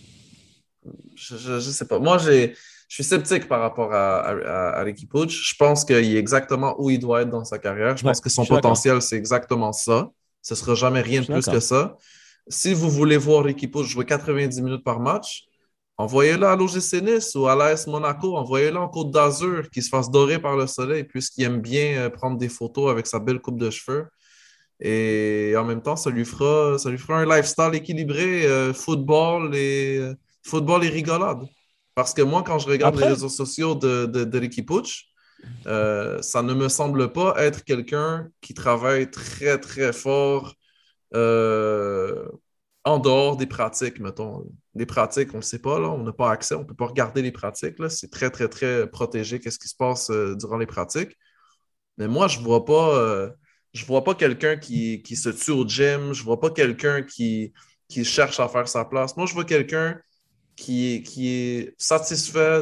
Je sais pas. Moi, je suis sceptique par rapport à Riqui Puig. Je pense qu'il est exactement où il doit être dans sa carrière. Je pense que son potentiel, c'est exactement ça. Ce ne sera jamais rien de plus que ça. Si vous voulez voir Riqui Puig jouer 90 minutes par match, envoyez-le à l'OGC Nice ou à l'AS Monaco. Envoyez-le en Côte d'Azur, qu'il se fasse dorer par le soleil, puisqu'il aime bien prendre des photos avec sa belle coupe de cheveux. Et en même temps, ça lui fera un lifestyle équilibré, football et rigolade. Parce que moi, quand je regarde les réseaux sociaux de Riqui Puig, Ça ne me semble pas être quelqu'un qui travaille très, très fort en dehors des pratiques, mettons. Les pratiques, on ne le sait pas, là, on n'a pas accès, on ne peut pas regarder les pratiques. Là, c'est très, très, très protégé, qu'est-ce qui se passe durant les pratiques. Mais moi, je vois pas quelqu'un qui se tue au gym, je vois pas quelqu'un qui cherche à faire sa place. Moi, je vois quelqu'un qui est satisfait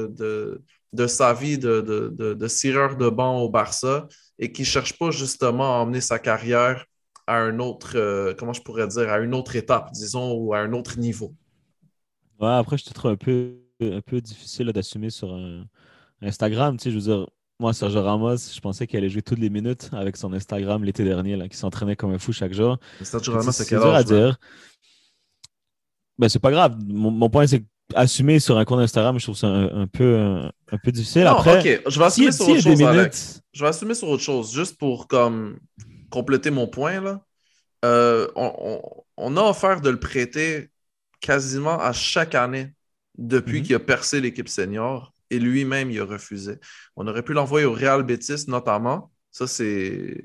de sa vie de tireur de banc au Barça et qui ne cherche pas justement à emmener sa carrière à un autre, comment je pourrais dire, à une autre étape, disons, ou à un autre niveau. Ouais, après, je te trouve un peu difficile là, d'assumer sur Instagram. Tu sais, je veux dire, moi, Sergio Ramos, je pensais qu'il allait jouer toutes les minutes avec son Instagram l'été dernier, là, qui s'entraînait comme un fou chaque jour. Sergio Ramos, c'est C'est dur à dire. Ben, c'est pas grave. Mon point, c'est assumer sur un compte Instagram, je trouve ça un peu difficile. Non, après, OK, je vais assumer sur autre chose, minutes... Alex. Je vais assumer sur autre chose, juste pour comme compléter mon point, là. On a offert de le prêter quasiment à chaque année depuis qu'il a percé l'équipe senior et lui-même, il a refusé. On aurait pu l'envoyer au Real Betis, notamment. Ça, c'est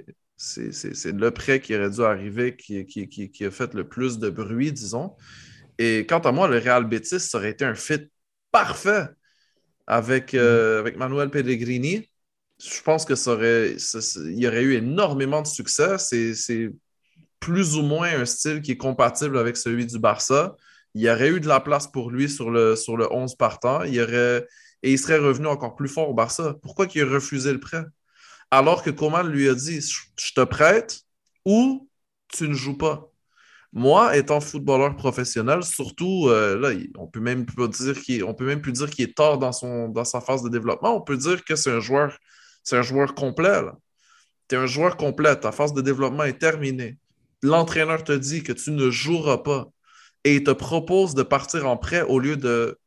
le prêt qui aurait dû arriver, qui a fait le plus de bruit, disons. Et quant à moi, le Real Betis, ça aurait été un fit parfait avec Manuel Pellegrini. Je pense que il y aurait eu énormément de succès. C'est plus ou moins un style qui est compatible avec celui du Barça. Il y aurait eu de la place pour lui sur le 11 partant. Et il serait revenu encore plus fort au Barça. Pourquoi il a refusé le prêt? Alors que Koeman lui a dit, je te prête ou tu ne joues pas. Moi, étant footballeur professionnel, surtout, là, on peut même plus dire qu'il est tard dans sa phase de développement. On peut dire que c'est un joueur complet. Tu es un joueur complet. Ta phase de développement est terminée. L'entraîneur te dit que tu ne joueras pas et il te propose de partir en prêt au lieu de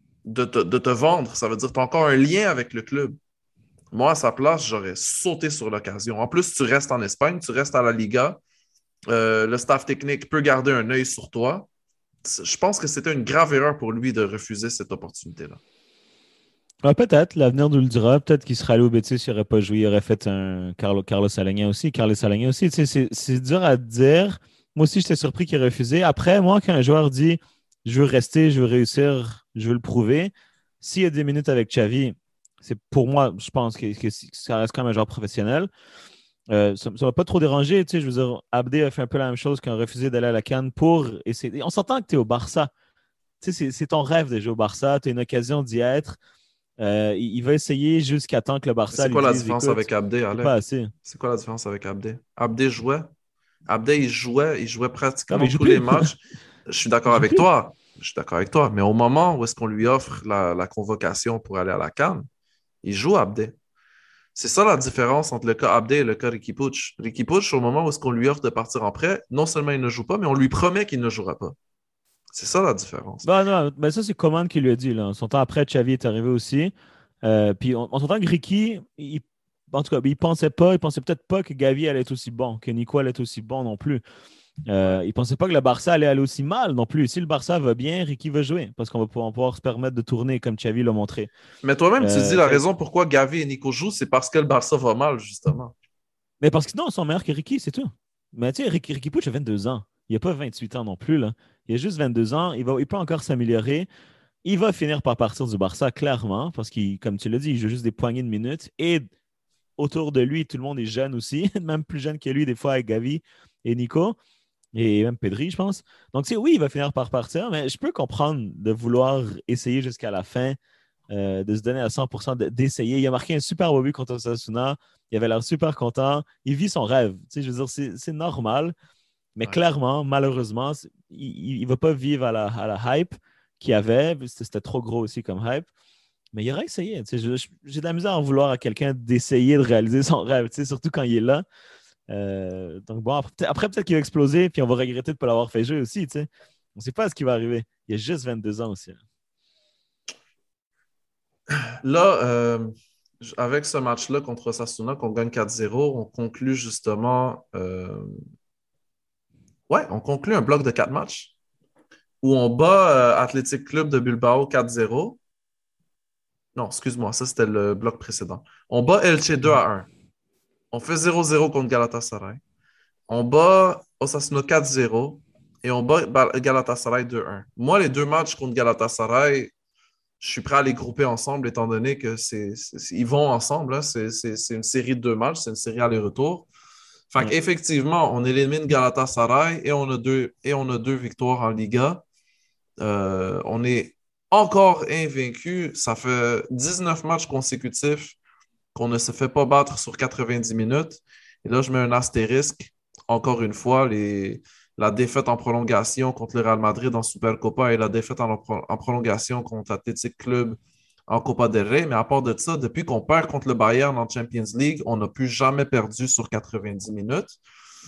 te vendre. Ça veut dire que tu as encore un lien avec le club. Moi, à sa place, j'aurais sauté sur l'occasion. En plus, tu restes en Espagne, tu restes à la Liga. Le staff technique peut garder un œil sur toi. Je pense que c'était une grave erreur pour lui de refuser cette opportunité-là. Ouais, peut-être, l'avenir nous le dira. Peut-être qu'il serait allé au Betis, il n'aurait pas joué, il aurait fait un Carlos Alagna aussi. Tu sais, c'est dur à dire. Moi aussi, j'étais surpris qu'il ait refusé. Après, moi, quand un joueur dit « je veux rester, je veux réussir, je veux le prouver », s'il y a des minutes avec Xavi, c'est pour moi, je pense que ça reste quand même un joueur professionnel. Ça ne m'a pas trop dérangé. Tu sais, je veux dire, Abdé a fait un peu la même chose quand refusé d'aller à la CAN pour essayer. On s'entend que tu es au Barça. Tu sais, c'est ton rêve de jouer au Barça. Tu as une occasion d'y être. Il va essayer jusqu'à temps que le Barça. C'est quoi la différence avec Abdé, Alex? Pas assez. C'est quoi la différence avec Abdé? Abdé jouait. Abdé, il jouait pratiquement non, tous les matchs. Je suis d'accord avec toi. Je suis d'accord avec toi. Mais au moment où est-ce qu'on lui offre la convocation pour aller à la CAN, il joue Abdé. C'est ça la différence entre le cas Abdé et le cas Riqui Puig. Riqui Puig, au moment où est-ce qu'on lui offre de partir en prêt, non seulement il ne joue pas, mais on lui promet qu'il ne jouera pas. C'est ça la différence. Non, mais ça, c'est Coman qui lui a dit. Là. Son temps après, Xavi est arrivé aussi. Puis on s'entend que Riqui, en tout cas, il pensait peut-être pas que Gavi allait être aussi bon, que Nico allait être aussi bon non plus. Il pensait pas que le Barça allait aller aussi mal non plus. Si le Barça va bien, Riqui va jouer parce qu'on va pouvoir se permettre de tourner comme Xavi l'a montré. Mais toi-même, tu dis la raison pourquoi Gavi et Nico jouent, c'est parce que le Barça va mal, justement. Mais parce que non, ils sont meilleurs que Riqui, c'est tout. Mais tu sais, Riqui Puig a 22 ans. Il n'a pas 28 ans non plus. Là. Il a juste 22 ans. Il peut encore s'améliorer. Il va finir par partir du Barça, clairement, parce qu'il, comme tu l'as dit, il joue juste des poignées de minutes. Et autour de lui, tout le monde est jeune aussi, même plus jeune que lui, des fois, avec Gavi et Nico. Et même Pedri, je pense. Donc, tu sais, oui, il va finir par partir, mais je peux comprendre de vouloir essayer jusqu'à la fin, de se donner à 100%, d'essayer. Il a marqué un super beau but contre Osasuna. Il avait l'air super content. Il vit son rêve. Tu sais, je veux dire, c'est normal. Mais clairement, malheureusement, il ne va pas vivre à la hype qu'il avait. C'était trop gros aussi comme hype. Mais il aurait essayé. Tu sais, j'ai de la misère à en vouloir à quelqu'un d'essayer de réaliser son rêve, tu sais, surtout quand il est là. Donc bon, après peut-être qu'il va exploser, puis on va regretter de ne pas l'avoir fait jouer aussi. Tu sais. On ne sait pas ce qui va arriver. Il a juste 22 ans aussi. Là, avec ce match-là contre Osasuna, qu'on gagne 4-0, on conclut justement... on conclut un bloc de 4 matchs où on bat Athletic Club de Bilbao 4-0. Non, excuse-moi, ça c'était le bloc précédent. On bat Elche 2-1. On fait 0-0 contre Galatasaray. On bat Osasuna 4-0 et on bat Galatasaray 2-1. Moi, les deux matchs contre Galatasaray, je suis prêt à les grouper ensemble étant donné que ils vont ensemble. Hein. C'est une série de deux matchs, c'est une série aller-retour. Fait qu'effectivement, on élimine Galatasaray et on a deux victoires en Liga. On est encore invaincu. Ça fait 19 matchs consécutifs qu'on ne se fait pas battre sur 90 minutes. Et là, je mets un astérisque. Encore une fois, la défaite en prolongation contre le Real Madrid en Supercopa et la défaite en prolongation contre Athletic Club en Copa del Rey. Mais à part de ça, depuis qu'on perd contre le Bayern en Champions League, on n'a plus jamais perdu sur 90 minutes.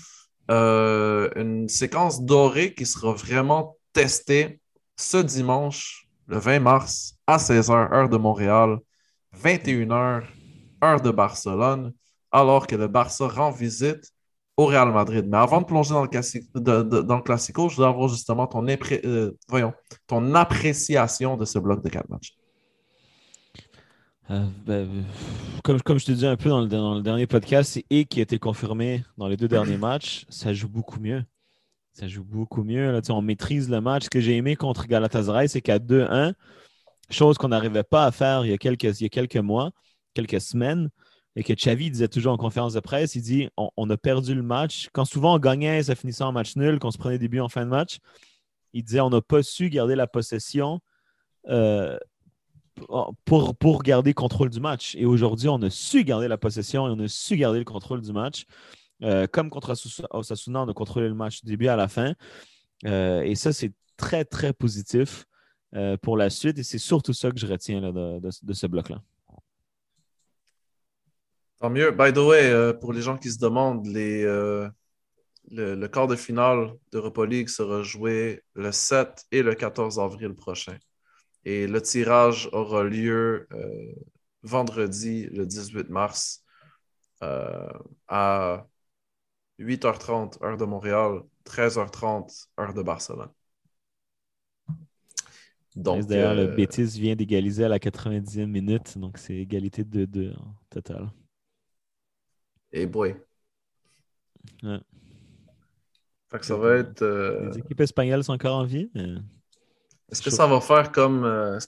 Une séquence dorée qui sera vraiment testée ce dimanche, le 20 mars, à 16h, heure de Montréal, 21h, heure de Barcelone, alors que le Barça rend visite au Real Madrid. Mais avant de plonger dans le Classico, je voudrais avoir justement ton appréciation de ce bloc de 4 matchs. Comme je te disais un peu dans le dernier podcast, c'est E qui a été confirmé dans les 2 derniers matchs. Ça joue beaucoup mieux. Ça joue beaucoup mieux. Là, on maîtrise le match. Ce que j'ai aimé contre Galatasaray, c'est qu'à 2-1, chose qu'on n'arrivait pas à faire il y a quelques mois, quelques semaines, et que Xavi disait toujours en conférence de presse, il dit on a perdu le match. Quand souvent on gagnait, ça finissait en match nul, qu'on se prenait des buts en fin de match, il disait on n'a pas su garder la possession pour garder le contrôle du match. Et aujourd'hui, on a su garder la possession et on a su garder le contrôle du match. Comme contre Osasuna, on a contrôlé le match du début à la fin. Et ça, c'est très, très positif pour la suite. Et c'est surtout ça que je retiens là, de ce bloc-là. Tant mieux. By the way, pour les gens qui se demandent, le quart de finale d'Europa League sera joué le 7 et le 14 avril prochain. Et le tirage aura lieu vendredi, le 18 mars, à 8h30, heure de Montréal, 13h30, heure de Barcelone. Donc, d'ailleurs, le Betis vient d'égaliser à la 90e minute, donc c'est égalité de 2 en total. Et boy. Ouais. Fait que ça va être... Les équipes espagnoles sont encore en vie, mais... Est-ce que ça va faire comme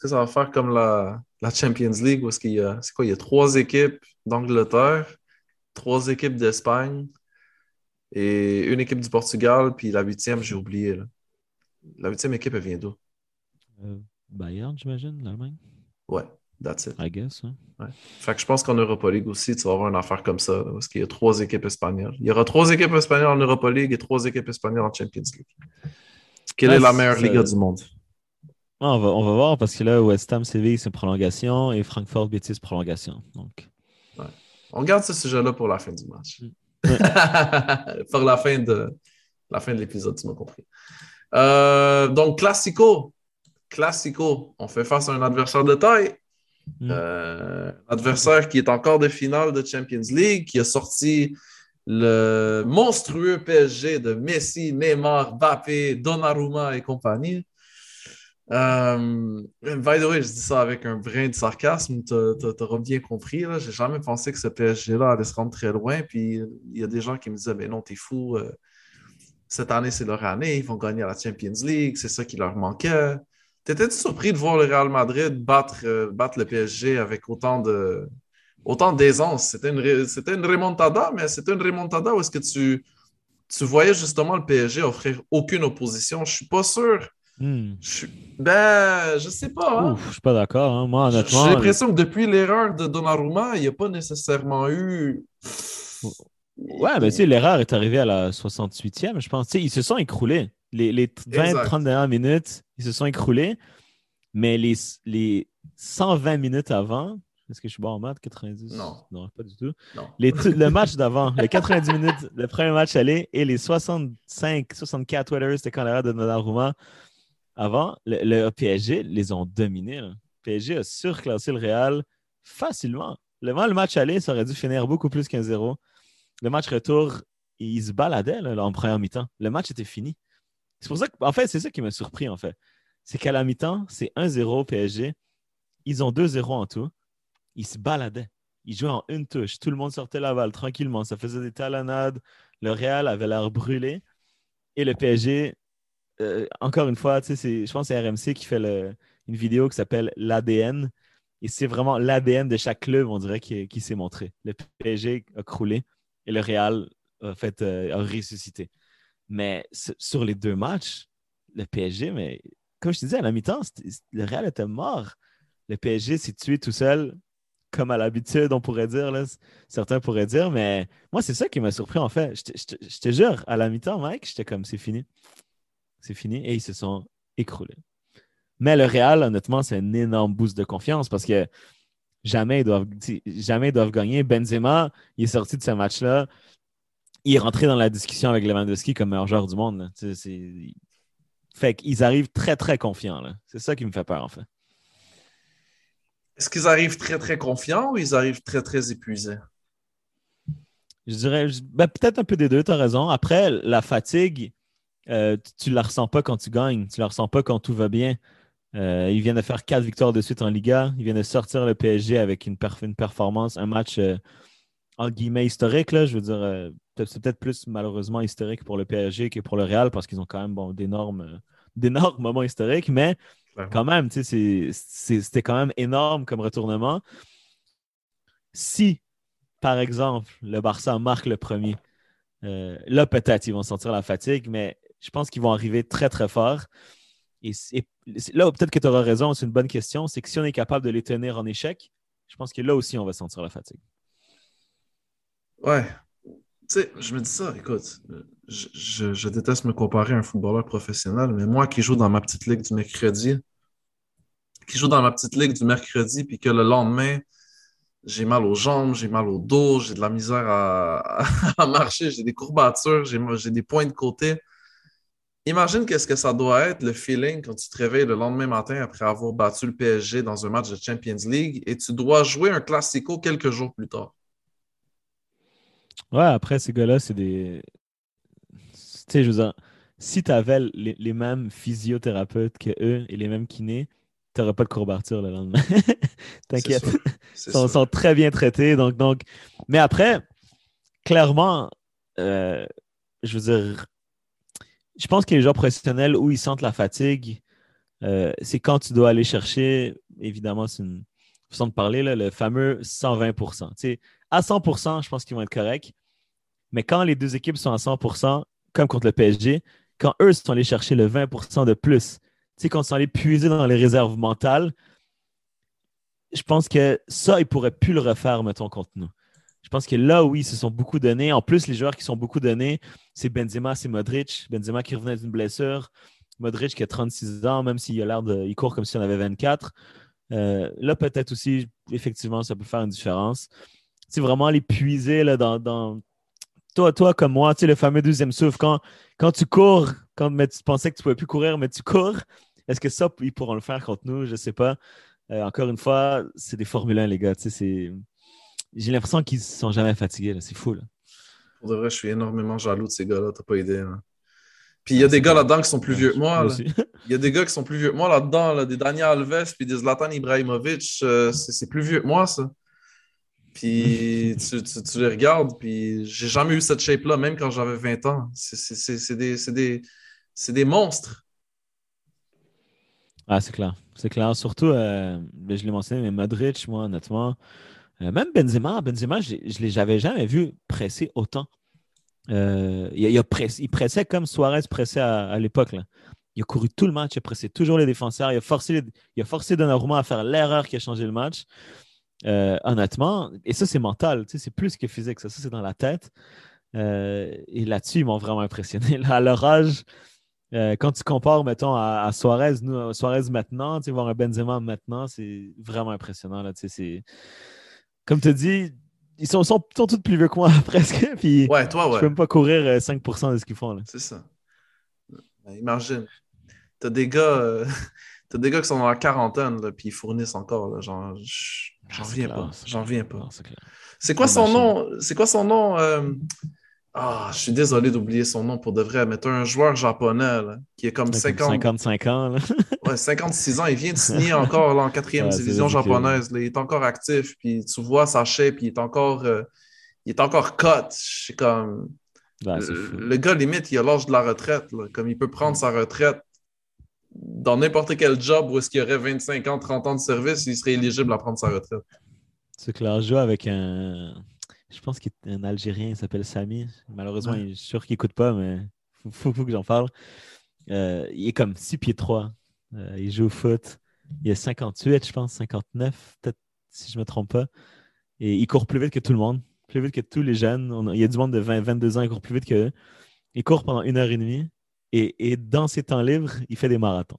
la Champions League où il y a 3 équipes d'Angleterre, 3 équipes d'Espagne et une équipe du Portugal, puis la 8e, j'ai oublié. Là. La 8e équipe, elle vient d'où? Bayern, j'imagine, l'Allemagne. Ouais, that's it. I guess. Hein. Ouais. Fait que je pense qu'en Europa League aussi, tu vas avoir une affaire comme ça, là, parce qu'il y a 3 équipes espagnoles. Il y aura 3 équipes espagnoles en Europa League et 3 équipes espagnoles en Champions League. Quelle est la meilleure Liga du monde? On va voir parce que là, West Ham Séville, c'est prolongation et Francfort Betis prolongation. Donc. Ouais. On garde ce sujet-là pour la fin du match. Pour la fin de l'épisode, tu m'as compris. Donc, Classico. On fait face à un adversaire de taille. Adversaire qui est encore de finale de Champions League, qui a sorti le monstrueux PSG de Messi, Neymar, Mbappé, Donnarumma et compagnie. By the way, je dis ça avec un brin de sarcasme, t'auras bien compris. Là. J'ai jamais pensé que ce PSG-là allait se rendre très loin. Puis il y a des gens qui me disaient, mais non, t'es fou. Cette année, c'est leur année. Ils vont gagner à la Champions League. C'est ça qui leur manquait. T'étais-tu surpris de voir le Real Madrid battre le PSG avec autant d'aisance? C'était une remontada, mais c'était une remontada où est-ce que tu voyais justement le PSG offrir aucune opposition. Je suis pas sûr. Je sais pas. Hein? Je suis pas d'accord. Hein. Moi, honnêtement, j'ai l'impression que depuis l'erreur de Donnarumma, il n'y a pas nécessairement eu... Ouais, mais tu sais, l'erreur est arrivée à la 68e, je pense. Tu sais, ils se sont écroulés. Les 20-30 dernières minutes, ils se sont écroulés. Mais les 120 minutes avant, est-ce que je suis bon en maths? 90? Non, pas du tout. Non. Le match d'avant, les 90 minutes, le premier match aller et les 65-64, whatever, c'était quand l'erreur de Donnarumma. Avant, le PSG les ont dominés. Là. PSG a surclassé le Real facilement. Le match aller, ça aurait dû finir beaucoup plus qu'1-0. Le match retour, ils se baladaient là, en première mi-temps. Le match était fini. C'est pour ça que, en fait, c'est ça qui m'a surpris, en fait. C'est qu'à la mi-temps, c'est 1-0 PSG. Ils ont 2-0 en tout. Ils se baladaient. Ils jouaient en une touche. Tout le monde sortait la balle tranquillement. Ça faisait des talonnades. Le Real avait l'air brûlé. Et le PSG, encore une fois, je pense que c'est RMC qui fait une vidéo qui s'appelle l'ADN. Et c'est vraiment l'ADN de chaque club, on dirait, qui s'est montré. Le PSG a croulé et le Real a ressuscité. Mais sur les 2 matchs, le PSG, mais comme je te disais, à la mi-temps, le Real était mort. Le PSG s'est tué tout seul, comme à l'habitude, on pourrait dire. Là, certains pourraient dire, mais moi, c'est ça qui m'a surpris, en fait. Je te jure, à la mi-temps, Mike, j'étais comme, c'est fini. C'est fini. Et ils se sont écroulés. Mais le Real, honnêtement, c'est un énorme boost de confiance parce que jamais ils doivent gagner. Benzema, il est sorti de ce match-là. Il est rentré dans la discussion avec Lewandowski comme meilleur joueur du monde. Fait qu'ils arrivent très, très confiants. Là. C'est ça qui me fait peur, en fait. Est-ce qu'ils arrivent très, très confiants ou ils arrivent très, très épuisés? Je dirais peut-être un peu des deux, tu as raison. Après, la fatigue, tu ne la ressens pas quand tu gagnes. Tu ne la ressens pas quand tout va bien. Ils viennent de faire 4 victoires de suite en Liga. Ils viennent de sortir le PSG avec une performance, un match en guillemets historique. Là. Je veux dire, c'est peut-être plus malheureusement historique pour le PSG que pour le Real parce qu'ils ont quand même d'énormes moments historiques. Mais quand même, c'était quand même énorme comme retournement. Si, par exemple, le Barça marque le premier, là, peut-être, ils vont sentir la fatigue, mais je pense qu'ils vont arriver très, très fort. Et là, peut-être que tu auras raison, c'est une bonne question. C'est que si on est capable de les tenir en échec, je pense que là aussi, on va sentir la fatigue. Ouais. Tu sais, je me dis ça, écoute, je déteste me comparer à un footballeur professionnel, mais moi qui joue dans ma petite ligue du mercredi, puis que le lendemain, j'ai mal aux jambes, j'ai mal au dos, j'ai de la misère à marcher, j'ai des courbatures, j'ai des points de côté. Imagine qu'est-ce que ça doit être, le feeling, quand tu te réveilles le lendemain matin après avoir battu le PSG dans un match de Champions League et tu dois jouer un Classico quelques jours plus tard. Ouais, après, ces gars-là, c'est des... Tu sais, je veux dire, si tu avais les mêmes physiothérapeutes qu'eux et les mêmes kinés, tu n'aurais pas de courbature le lendemain. T'inquiète. Ils sont très bien traités. Donc... Mais après, clairement, je veux dire, je pense que les joueurs professionnels où ils sentent la fatigue, c'est quand tu dois aller chercher, évidemment, c'est une façon de parler, là, le fameux 120%. Tu sais, à 100%, je pense qu'ils vont être corrects. Mais quand les deux équipes sont à 100%, comme contre le PSG, quand eux sont allés chercher le 20% de plus, tu sais, quand ils sont allés puiser dans les réserves mentales, je pense que ça, ils ne pourraient plus le refaire, mettons, contre nous. Je pense que là, oui, ils se sont beaucoup donnés. En plus, les joueurs qui sont beaucoup donnés, c'est Benzema, c'est Modric. Benzema qui revenait d'une blessure. Modric qui a 36 ans, même s'il a l'air il court comme s'il en avait 24. Là, peut-être aussi, effectivement, ça peut faire une différence. C'est vraiment les puiser là, dans... Toi comme moi, tu sais, le fameux deuxième souffle, quand tu cours, mais tu pensais que tu ne pouvais plus courir, mais tu cours, est-ce que ça, ils pourront le faire contre nous? Je ne sais pas. Encore une fois, c'est des Formule 1, les gars. Tu sais, j'ai l'impression qu'ils ne sont jamais fatigués. Là. C'est fou. Là. Pour de vrai, je suis énormément jaloux de ces gars-là. Tu n'as pas idée. Hein. Puis il y a des gars là-dedans qui sont plus vieux que moi. Il y a des gars qui sont plus vieux que moi là-dedans. Là, des Daniel Alves puis des Zlatan Ibrahimovic. C'est plus vieux que moi, ça. Puis tu les regardes, puis j'ai jamais eu cette shape-là, même quand j'avais 20 ans. C'est des monstres. Ah, c'est clair. C'est clair. Surtout, je l'ai mentionné, mais Modric, moi, honnêtement, même Benzema, je l'avais jamais vu presser autant. Il pressait comme Suarez pressait à l'époque. Là. Il a couru tout le match, il a pressé toujours les défenseurs, il a forcé Donnarumma à faire l'erreur qui a changé le match. Honnêtement, et ça c'est mental, tu sais, c'est plus que physique, ça c'est dans la tête. Et là-dessus, ils m'ont vraiment impressionné. Là, à leur âge, quand tu compares, mettons, à Suarez, nous, Suarez maintenant, tu sais, voir un Benzema maintenant, c'est vraiment impressionnant. Là, tu sais, c'est... Comme tu dis, ils sont tous plus vieux que moi, presque. Puis, ouais. Je peux même pas courir 5% de ce qu'ils font. Là. C'est ça. Ben, imagine. T'as des gars qui sont dans la quarantaine, là, puis ils fournissent encore. Là, genre, j'en viens pas. C'est clair. C'est quoi son nom? Ah, je suis désolé d'oublier son nom pour de vrai, mais t'as un joueur japonais là, qui est comme Là, comme 50, 55 ans. Là. ouais, 56 ans. Il vient de signer encore là, en quatrième Ouais, c'est division ridicule. japonaise. Là. Il est encore actif, puis tu vois sa shape, il est encore cut. C'est comme Ouais, c'est fou. le gars limite, il a l'âge de la retraite. Là. Comme il peut prendre sa retraite dans n'importe quel job où est-ce qu'il y aurait 25 ans, 30 ans de service, il serait éligible à prendre sa retraite. C'est que là, je joue avec un. Je pense qu'il est un Algérien, il s'appelle Samy. Malheureusement, Ouais. je suis sûr qu'il n'écoute pas, mais faut que j'en parle. Il est comme 6 pieds 3. Il joue au foot. Il est 58, je pense, 59, peut-être si je ne me trompe pas. Et il court plus vite que tout le monde, plus vite que tous les jeunes. Il y a du monde de 20, 22 ans, il court plus vite qu'eux. Il court pendant 1 heure et demie. Et dans ses temps libres, il fait des marathons.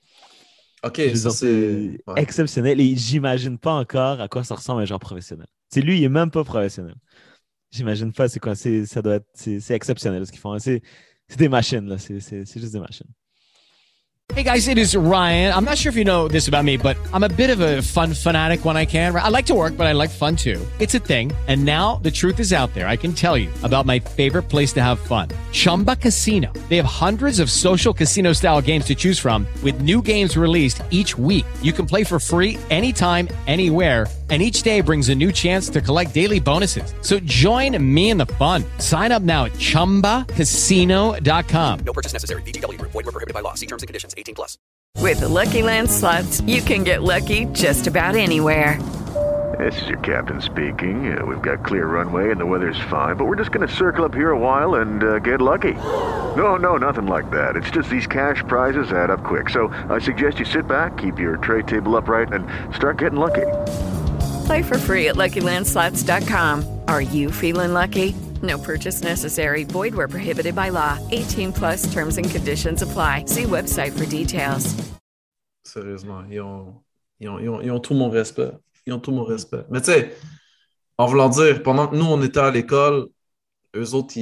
OK, Je veux ça dire, c'est. c'est Ouais. exceptionnel. Et j'imagine pas encore à quoi ça ressemble un joueur professionnel. C'est lui, il est même pas professionnel. J'imagine pas c'est quoi. Ça doit être. C'est exceptionnel ce qu'ils font. C'est des machines, là. C'est juste des machines. Hey guys, it is Ryan. I'm not sure if you know this about me, but I'm a bit of a fun fanatic when I can. I like to work, but I like fun too. It's a thing. And now the truth is out there. I can tell you about my favorite place to have fun. Chumba Casino. They have hundreds of social casino style games to choose from with new games released each week. You can play for free anytime, anywhere. And each day brings a new chance to collect daily bonuses. So join me in the fun. Sign up now at ChumbaCasino.com. No purchase necessary. VGW Group. Void were prohibited by law. See terms and conditions. 18 plus. With the Lucky Land Slots, you can get lucky just about anywhere. This is your captain speaking. We've got clear runway and the weather's fine, but we're just going to circle up here a while and get lucky. No, nothing like that. It's just these cash prizes add up quick. So I suggest you sit back, keep your tray table upright, and start getting lucky. Play for free at LuckyLandSlots.com. Are you feeling lucky? No purchase necessary. Void where prohibited by law. 18 plus terms and conditions apply. See website for details. Sérieusement, ils ont tout mon respect. Ils ont tout mon respect. Mais tu sais, en voulant dire, pendant que nous, on était à l'école, eux autres,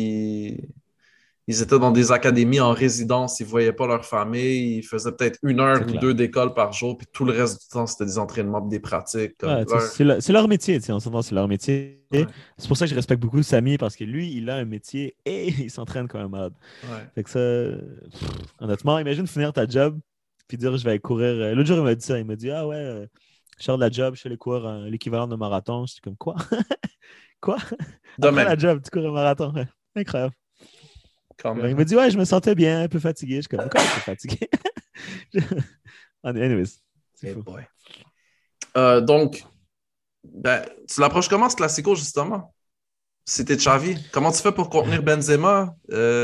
ils étaient dans des académies en résidence, ils ne voyaient pas leur famille, ils faisaient peut-être 1 heure C'est ou clair. 2 d'école par jour, puis tout le reste du temps, c'était des entraînements, des pratiques. Comme Ouais, c'est leur métier, on s'entend, c'est leur métier. Ouais. C'est pour ça que je respecte beaucoup Samy, parce que lui, il a un métier et il s'entraîne comme un malade. Ouais. Fait que ça, honnêtement, imagine finir ta job puis dire je vais courir. L'autre jour, il m'a dit ça. Il m'a dit ah ouais, je sors de la job, je fais les courir l'équivalent de marathon. Je suis comme quoi? Quoi? Après la job, tu cours un marathon. Ouais. Incroyable. Il m'a dit ouais, je me sentais bien, un peu fatigué. Je suis comme quoi, je suis fatigué? Anyways, c'est fou. Donc, ben, tu l'approches comment ce Classico, justement? C'était Xavi. Comment tu fais pour contenir Benzema?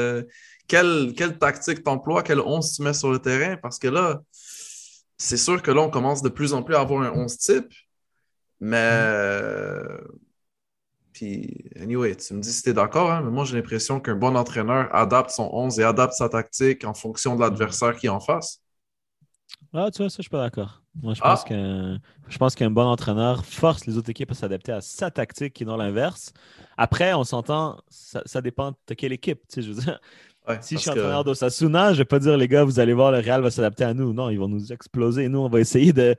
Quelle tactique t'emploies? Quel 11 tu mets sur le terrain? Parce que là, c'est sûr que là, on commence de plus en plus à avoir un 11 type. Mais... Puis, anyway, tu me dis si tu es d'accord, hein, mais moi, j'ai l'impression qu'un bon entraîneur adapte son 11 et adapte sa tactique en fonction de l'adversaire qui est en face. Ah, tu vois, ça, je suis pas d'accord. Moi, je pense qu'un bon entraîneur force les autres équipes à s'adapter à sa tactique qui est dans l'inverse. Après, on s'entend, ça dépend de quelle équipe. Tu sais, je veux dire, si je suis entraîneur d'Osasuna, je ne vais pas dire, les gars, vous allez voir, le Real va s'adapter à nous. Non, ils vont nous exploser. Nous, on va essayer de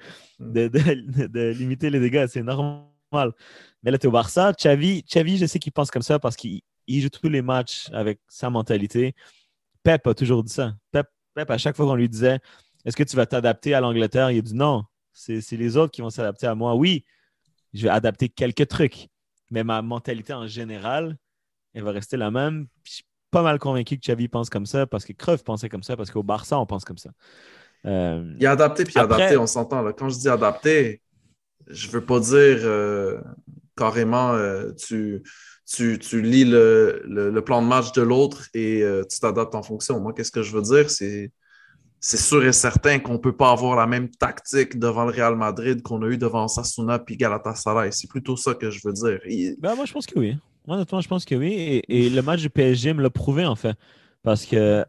limiter les dégâts. C'est normal. Mais là, tu es au Barça. Xavi, je sais qu'il pense comme ça parce qu'il joue tous les matchs avec sa mentalité. Pep a toujours dit ça. Pep, à chaque fois qu'on lui disait est-ce que tu vas t'adapter à l'Angleterre? Il a dit non, c'est les autres qui vont s'adapter à moi. Oui, je vais adapter quelques trucs, mais ma mentalité en général, elle va rester la même. Puis je suis pas mal convaincu que Xavi pense comme ça parce que Cruyff pensait comme ça, parce qu'au Barça, on pense comme ça. Il a adapté puis adapté, on s'entend. Là. Quand je dis adapter, je veux pas dire carrément tu lis le plan de match de l'autre et tu t'adaptes en fonction. Moi, qu'est-ce que je veux dire? C'est sûr et certain qu'on ne peut pas avoir la même tactique devant le Real Madrid qu'on a eu devant Osasuna puis Galatasaray. C'est plutôt ça que je veux dire. Moi, je pense que oui. Honnêtement, je pense que oui. Et le match du PSG me l'a prouvé, en fait. Parce que,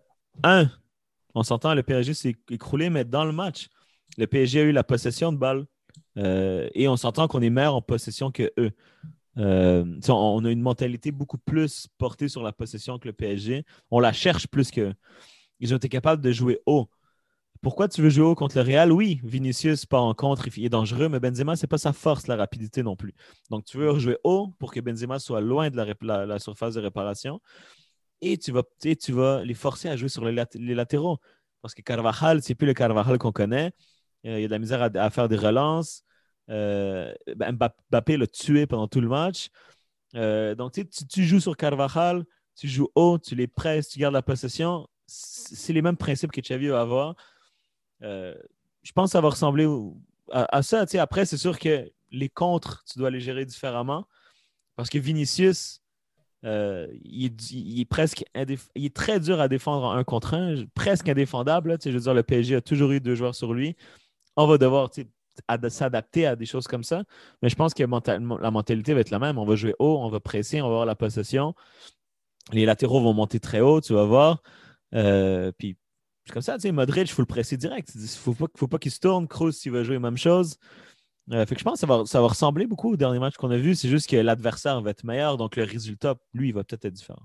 on s'entend, le PSG s'est écroulé, mais dans le match, le PSG a eu la possession de balle. Et on s'entend qu'on est meilleur en possession qu'eux. On a une mentalité beaucoup plus portée sur la possession que le PSG. On la cherche plus qu'eux. Ils ont été capables de jouer haut. Pourquoi tu veux jouer haut contre le Real? Oui, Vinicius, pas en contre, il est dangereux, mais Benzema, c'est pas sa force, la rapidité non plus. Donc, tu veux jouer haut pour que Benzema soit loin de la surface de réparation et tu vas les forcer à jouer sur les latéraux. Parce que Carvajal, c'est plus le Carvajal qu'on connaît. Il y a de la misère à faire des relances. Mbappé l'a tué pendant tout le match. Donc, tu joues sur Carvajal, tu joues haut, tu les presses, tu gardes la possession. C'est les mêmes principes que Xavi va avoir. Je pense que ça va ressembler à ça. Après, c'est sûr que les contres, tu dois les gérer différemment. Parce que Vinicius, il est très dur à défendre en 1 contre 1, presque indéfendable. Je veux dire, le PSG a toujours eu 2 joueurs sur lui. On va devoir s'adapter à des choses comme ça. Mais je pense que la mentalité va être la même. On va jouer haut, on va presser, on va avoir la possession. Les latéraux vont monter très haut, tu vas voir. Puis c'est comme ça, Modric, il faut le presser direct. Il ne faut pas qu'il se tourne. Kroos, s'il va jouer la même chose. Fait que je pense que ça va ressembler beaucoup au dernier match qu'on a vu. C'est juste que l'adversaire va être meilleur, donc le résultat, lui, il va peut-être être différent.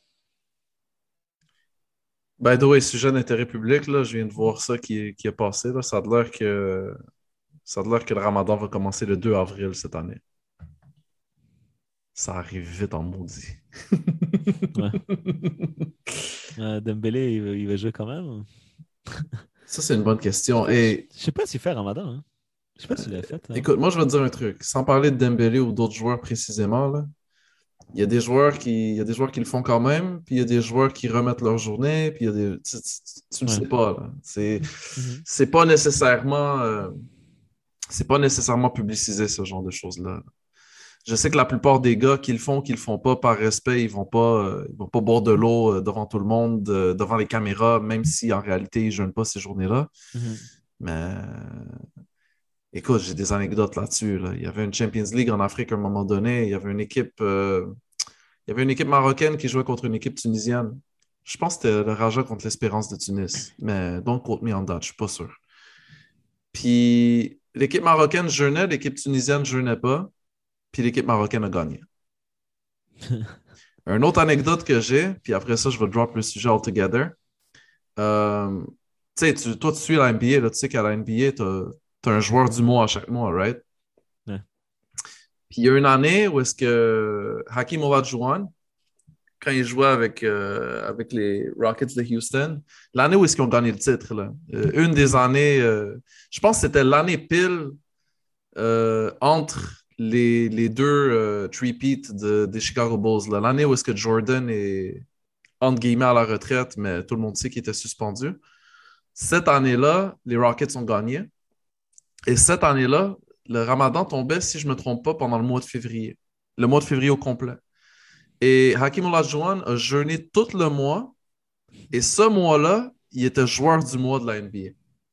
By the way, sujet d'intérêt public, là, je viens de voir ça qui est passé. Là. Ça a l'air que le Ramadan va commencer le 2 avril cette année. Ça arrive vite en maudit. Dembélé, il va jouer quand même. Ça, c'est une bonne question. Et je sais pas s'il fait Ramadan. Hein? Je sais pas s'il l'a fait. Hein. Écoute, moi, je vais te dire un truc. Sans parler de Dembélé ou d'autres joueurs précisément, là, il y a des joueurs qui le font quand même, puis il y a des joueurs qui remettent leur journée, puis il y a des... Tu ne sais pas. Là. C'est pas nécessairement... c'est pas nécessairement publicisé, ce genre de choses-là. Je sais que la plupart des gars qui le font pas par respect, ils vont pas boire de l'eau devant tout le monde, devant les caméras, même si en réalité, ils ne jeûnent pas ces journées-là. Mais écoute, j'ai des anecdotes là-dessus. Là. Il y avait une Champions League en Afrique à un moment donné. Il y avait une équipe marocaine qui jouait contre une équipe tunisienne. Je pense que c'était le Raja contre l'Espérance de Tunis. Mais don't quote me on that, je suis pas sûr. Puis l'équipe marocaine jeûnait, l'équipe tunisienne ne jeûnait pas. Puis l'équipe marocaine a gagné. Une autre anecdote que j'ai, puis après ça, je vais drop le sujet altogether. Toi, tu suis la NBA, là, tu sais qu'à la NBA, tu as un joueur du mois à chaque mois, right? Ouais. Puis il y a une année où est-ce que Hakeem Olajuwon, quand il jouait avec les Rockets de Houston, l'année où est-ce qu'ils ont gagné le titre, là, une des années, je pense que c'était l'année pile entre les deux three-peat des Chicago Bulls. Là. L'année où est-ce que Jordan est, entre guillemets, à la retraite, mais tout le monde sait qu'il était suspendu. Cette année-là, les Rockets ont gagné. Et cette année-là, le Ramadan tombait, si je ne me trompe pas, pendant le mois de février. Le mois de février au complet. Et Hakeem Olajuwon a jeûné tout le mois. Et ce mois-là, il était joueur du mois de la NBA.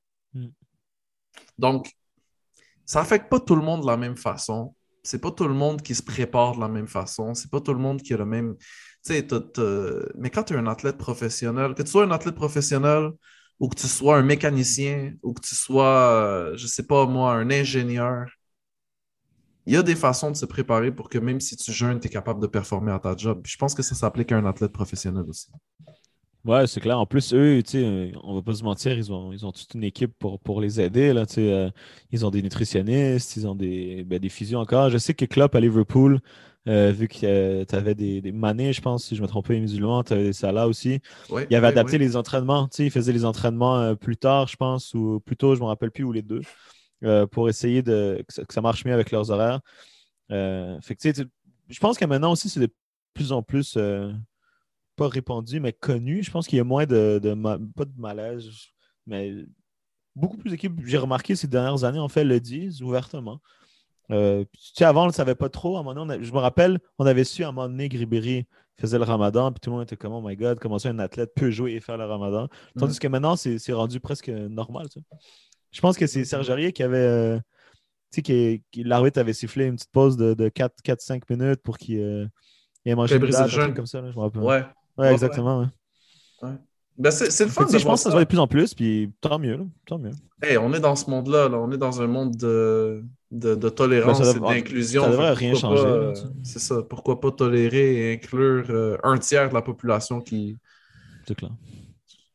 Donc, ça n'affecte pas tout le monde de la même façon. C'est pas tout le monde qui se prépare de la même façon. C'est pas tout le monde qui a le même... Mais quand tu es un athlète professionnel, que tu sois un athlète professionnel ou que tu sois un mécanicien ou que tu sois, je sais pas moi, un ingénieur, il y a des façons de se préparer pour que même si tu jeûnes, tu es capable de performer à ta job. Puis je pense que ça s'applique à un athlète professionnel aussi. Ouais, c'est clair. En plus, eux, on va pas se mentir, ils ont toute une équipe pour les aider. Là, ils ont des nutritionnistes, ils ont des physios encore. Je sais que Klopp à Liverpool, vu que tu avais des Mané, je pense, si je me trompe pas, les musulmans, tu avais des Salah aussi. Ouais, il avait adapté les entraînements. Ils faisaient les entraînements plus tard, je pense, ou plus tôt, je ne me rappelle plus, ou les deux, pour essayer que ça marche mieux avec leurs horaires. Fait que, je pense que maintenant aussi, c'est de plus en plus... pas répandu, mais connu. Je pense qu'il y a moins pas de malaise, mais beaucoup plus d'équipes, j'ai remarqué ces dernières années, en fait, le disent ouvertement. Avant, on ne le savait pas trop. À un moment donné, je me rappelle, on avait su à un moment donné que Ribéry faisait le Ramadan, puis tout le monde était comme « Oh my God, comment ça un athlète peut jouer et faire le Ramadan? » Tandis que maintenant, c'est rendu presque normal. Tu sais. Je pense que c'est Serge Aurier qui avait... l'arbitre avait sifflé une petite pause de 4-5 minutes pour qu'il ait mangé une date, un truc comme ça. Là, je me rappelle. Ouais, exactement. Ouais. Ben c'est le fun. Je pense que ça se voit de plus en plus, puis tant mieux. Là, tant mieux. Hey, on est dans ce monde-là. Là. On est dans un monde de tolérance et d'inclusion. Ça devrait rien changer. C'est ça. Pourquoi pas tolérer et inclure un tiers de la population qui... C'est clair. Hein?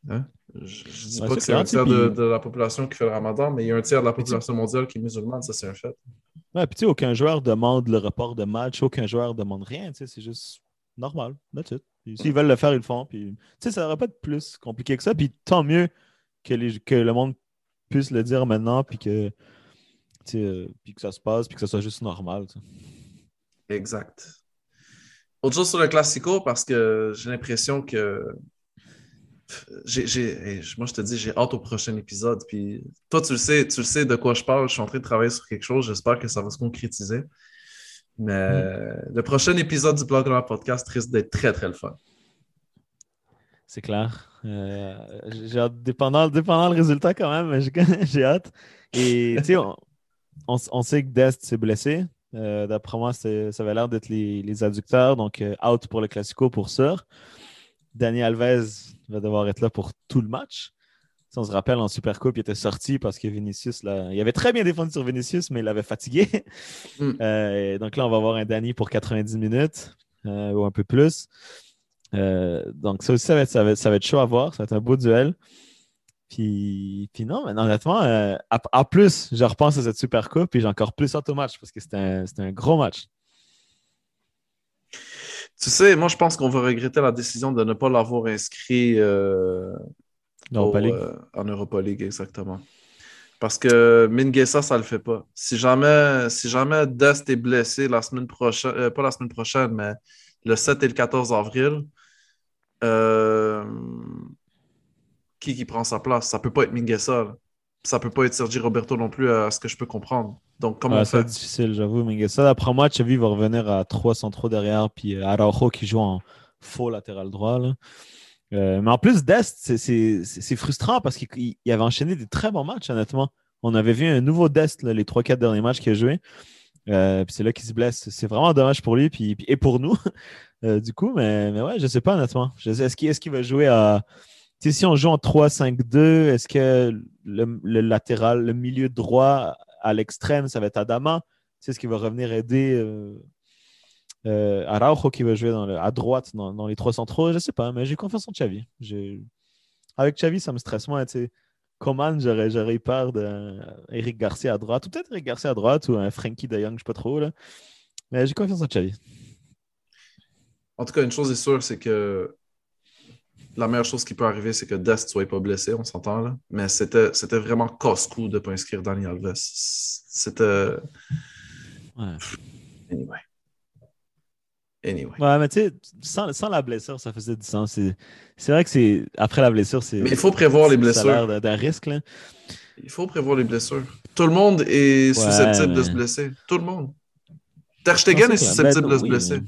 Je dis Ouais, pas c'est que c'est clair, un tu sais, tiers puis- de la population qui fait le ramadan, mais il y a un tiers de la Puis tu- population mondiale qui est musulmane, ça c'est un fait. Ouais, puis tu sais, aucun joueur demande le report de match, aucun joueur demande rien, tu sais, c'est juste normal, that's it. Puis s'ils veulent le faire, ils le font, puis tu sais, ça devrait pas être plus compliqué que ça, puis tant mieux que le monde puisse le dire maintenant, puis que, tu sais, puis que ça se passe, puis que ça soit juste normal, tu sais. Exact. Autre chose sur le Classico, parce que j'ai l'impression que moi, je te dis, j'ai hâte au prochain épisode. Puis toi, tu le sais de quoi je parle. Je suis en train de travailler sur quelque chose. J'espère que ça va se concrétiser. Mais le prochain épisode du Blog Grand Podcast risque d'être très, très le fun. C'est clair. J'ai hâte, dépendant le résultat quand même, mais j'ai hâte. Et tu sais, on sait que Dest s'est blessé. D'après moi, ça avait l'air d'être les adducteurs. Donc, out pour le Classico pour ça. Dani Alves va devoir être là pour tout le match. Si on se rappelle, en Supercoupe, il était sorti parce que Vinicius, là, il avait très bien défendu sur Vinicius, mais il l'avait fatigué. Donc là, on va avoir un Dani pour 90 minutes ou un peu plus. Donc ça aussi, ça va être chaud à voir. Ça va être un beau duel. Puis non, mais honnêtement, en plus, je repense à cette Supercoupe et j'ai encore plus hâte au match parce que c'était un gros match. Tu sais, moi, je pense qu'on va regretter la décision de ne pas l'avoir inscrit en Europa League, exactement. Parce que Mingueza, ça ne le fait pas. Si jamais Dest est blessé la semaine prochaine, pas la semaine prochaine, mais le 7 et le 14 avril, qui prend sa place? Ça ne peut pas être Mingueza, là. Ça ne peut pas être Sergi Roberto non plus, à ce que je peux comprendre. Donc, comment on ça va fait? être difficile, j'avoue, Mingueza. Après moi, Xavi va revenir à 3 centraux derrière, puis Araujo qui joue en faux latéral droit, là. Mais en plus, Dest, c'est frustrant parce qu'il avait enchaîné des très bons matchs, honnêtement. On avait vu un nouveau Dest là, les 3-4 derniers matchs qu'il a joué. Puis c'est là qu'il se blesse. C'est vraiment dommage pour lui et pour nous, du coup. Mais ouais, je sais pas, honnêtement. Est-ce qu'il va jouer à... Tu sais, si on joue en 3-5-2, est-ce que le latéral, le milieu droit à l'extrême, ça va être Adama? Tu sais, est-ce qu'il va revenir aider... Araujo qui va jouer à droite dans les 3 centraux, je sais pas, mais j'ai confiance en Xavi. Avec Xavi, ça me stresse moins. Coman, j'aurais eu peur d'Eric Garcia à droite, ou peut-être Eric Garcia à droite, ou un Frenkie de Jong, je sais pas trop. Là. Mais j'ai confiance en Xavi. En tout cas, une chose est sûre, c'est que la meilleure chose qui peut arriver, c'est que Dest soit pas blessé, on s'entend là. Mais c'était vraiment casse-cou de ne pas inscrire Dani Alves. C'était... Ouais. Anyway. Ouais, mais tu sais, sans la blessure, ça faisait du sens. C'est vrai que c'est après la blessure, c'est... Mais il faut prévoir les blessures. Ça a l'air d'un risque, là. Il faut prévoir les blessures. Tout le monde est susceptible de se blesser. Tout le monde. Ter Stegen est susceptible de se blesser.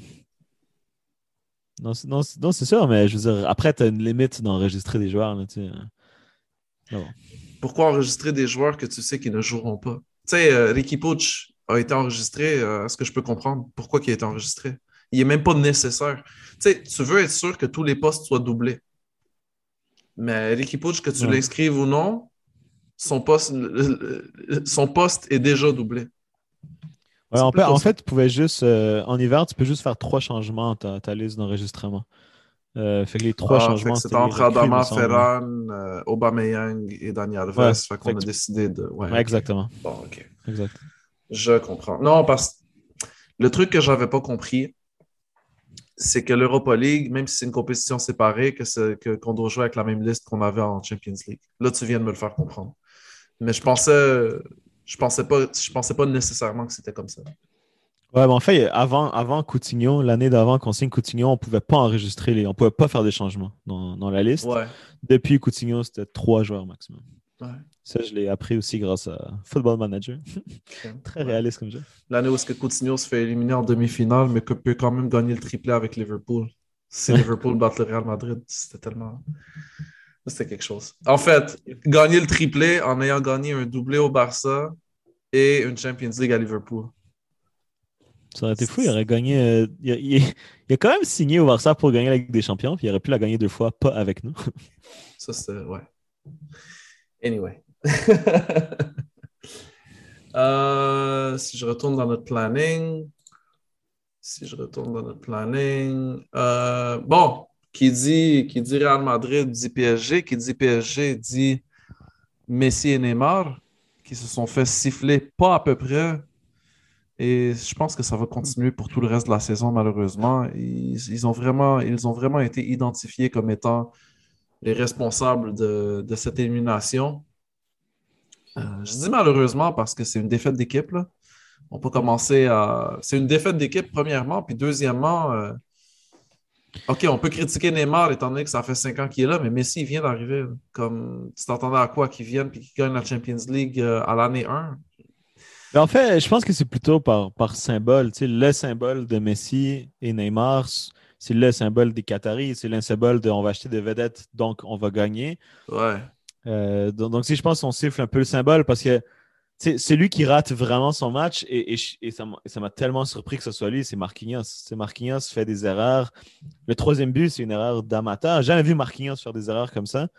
Non, c'est sûr, mais je veux dire, après, tu as une limite d'enregistrer des joueurs, là, tu sais. Non. Pourquoi enregistrer des joueurs que tu sais qu'ils ne joueront pas? Tu sais, Riqui Puig a été enregistré, est-ce que je peux comprendre pourquoi il a été enregistré? Il n'est même pas nécessaire. Tu sais, tu veux être sûr que tous les postes soient doublés. Mais Riqui Puig, que tu l'inscrives ou non, son poste est déjà doublé. Ouais, en fait, tu pouvais juste, en hiver, tu peux juste faire 3 changements à ta liste d'enregistrement. Fait que les 3 changements, c'était entre Adama, Ferran, Aubameyang et Dani Alves. Ouais, fait qu'on a décidé de... Ouais, exactement. Bon, OK. Exact. Je comprends. Non, parce que le truc que je n'avais pas compris, c'est que l'Europa League, même si c'est une compétition séparée, qu'on doit jouer avec la même liste qu'on avait en Champions League. Là, tu viens de me le faire comprendre. Mais je pensais pas nécessairement que c'était comme ça. Ouais, mais en fait, avant Coutinho, l'année d'avant qu'on signe Coutinho, on ne pouvait pas enregistrer on ne pouvait pas faire des changements dans la liste. Ouais. Depuis Coutinho, c'était 3 joueurs maximum. Ouais. Ça, je l'ai appris aussi grâce à Football Manager. Très réaliste comme jeu. L'année où Coutinho se fait éliminer en demi-finale, mais que peut quand même gagner le triplé avec Liverpool. Si Liverpool bat le Real Madrid, c'était quelque chose. En fait, gagner le triplé en ayant gagné un doublé au Barça et une Champions League à Liverpool. Ça aurait été fou, il aurait gagné... il a quand même signé au Barça pour gagner la Ligue des Champions, puis il aurait pu la gagner 2 fois, pas avec nous. Ça, c'était... Ouais. Anyway. Si je retourne dans notre planning... Bon, Qui dit Real Madrid dit PSG, qui dit PSG dit Messi et Neymar, qui se sont fait siffler pas à peu près. Et je pense que ça va continuer pour tout le reste de la saison, malheureusement. Ils ont vraiment été identifiés comme étant les responsables de cette élimination. Je dis malheureusement parce que c'est une défaite d'équipe, là. On peut commencer à... C'est une défaite d'équipe, premièrement. Puis deuxièmement, OK, on peut critiquer Neymar étant donné que ça fait 5 ans qu'il est là, mais Messi, il vient d'arriver. Comme tu t'attendais à quoi qu'il vienne puis qu'il gagne la Champions League à l'année 1? Mais en fait, je pense que c'est plutôt par symbole. Tu sais, le symbole de Messi et Neymar, c'est le symbole des Qataris. C'est le symbole de on va acheter des vedettes, donc on va gagner. Ouais. Donc, si je pense qu'on siffle un peu le symbole parce que c'est lui qui rate vraiment son match et ça m'a tellement surpris que ce soit lui, c'est Marquinhos. Marquinhos fait des erreurs. Le 3e but, c'est une erreur d'Amata. J'ai jamais vu Marquinhos faire des erreurs comme ça.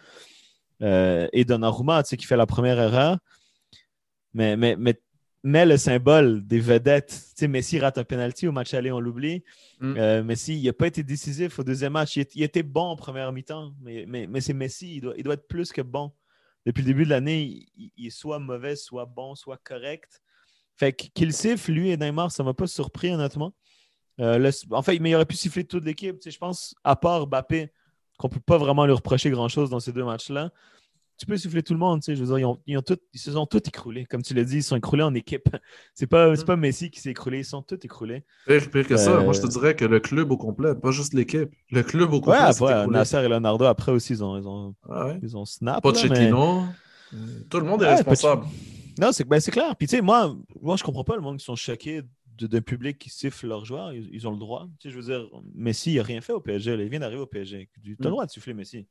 Et Donnarumma, qui fait la première erreur. Mais le symbole des vedettes. Messi rate un penalty au match aller, on l'oublie. Messi, il n'a pas été décisif au 2e match. Il était bon en première mi-temps, mais c'est Messi, il doit être plus que bon. Depuis le début de l'année, il est soit mauvais, soit bon, soit correct. Fait qu'il siffle, lui et Neymar, ça ne m'a pas surpris, honnêtement. En fait, mais il aurait pu siffler toute l'équipe. Je pense, à part Mbappé, qu'on ne peut pas vraiment lui reprocher grand-chose dans ces 2 matchs-là. Tu peux siffler tout le monde. Je veux dire, ils se sont tous écroulés. Comme tu l'as dit, ils sont écroulés en équipe. C'est pas Messi qui s'est écroulé, ils sont tous écroulés. Pire que ça, moi je te dirais que le club au complet, pas juste l'équipe. Le club au complet. Ouais, après, Nasser et Leonardo, après aussi, ils ont snap. Pochettino. Tout le monde est responsable. Non, c'est clair. Puis tu sais, moi, je comprends pas le monde qui sont choqués d'un public qui siffle leurs joueurs. Ils ont le droit. Je veux dire, Messi, il n'a rien fait au PSG. Là. Il vient d'arriver au PSG. Tu as le droit de siffler Messi.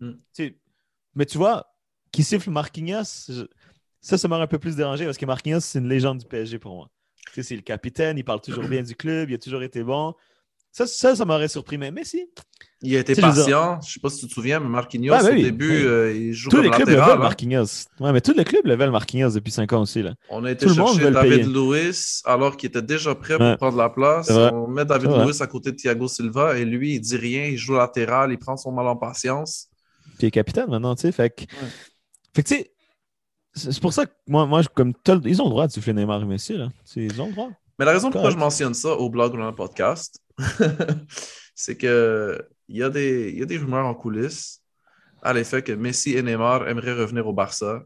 Mais tu vois, qui siffle Marquinhos, ça m'aurait un peu plus dérangé parce que Marquinhos, c'est une légende du PSG pour moi. C'est le capitaine, il parle toujours bien du club, il a toujours été bon. Ça m'aurait surpris, mais Messi. Il a été patient. Je ne sais pas si tu te souviens, mais Marquinhos, au début, il joue tous comme latéral. Tous les clubs veulent Marquinhos. Ouais, mais tous les clubs veulent Marquinhos depuis 5 ans aussi. Là. On a été chercher David Luiz alors qu'il était déjà prêt pour prendre la place. On met David Luiz à côté de Thiago Silva et lui, il dit rien, il joue latéral, il prend son mal en patience. Puis il est capitaine maintenant, tu sais. Fait que tu sais, c'est pour ça que moi comme ils ont le droit de siffler Neymar et Messi, là. Ils ont le droit. Mais la raison pourquoi je mentionne ça au blog ou dans le podcast, c'est que il y a des rumeurs en coulisses à l'effet que Messi et Neymar aimeraient revenir au Barça,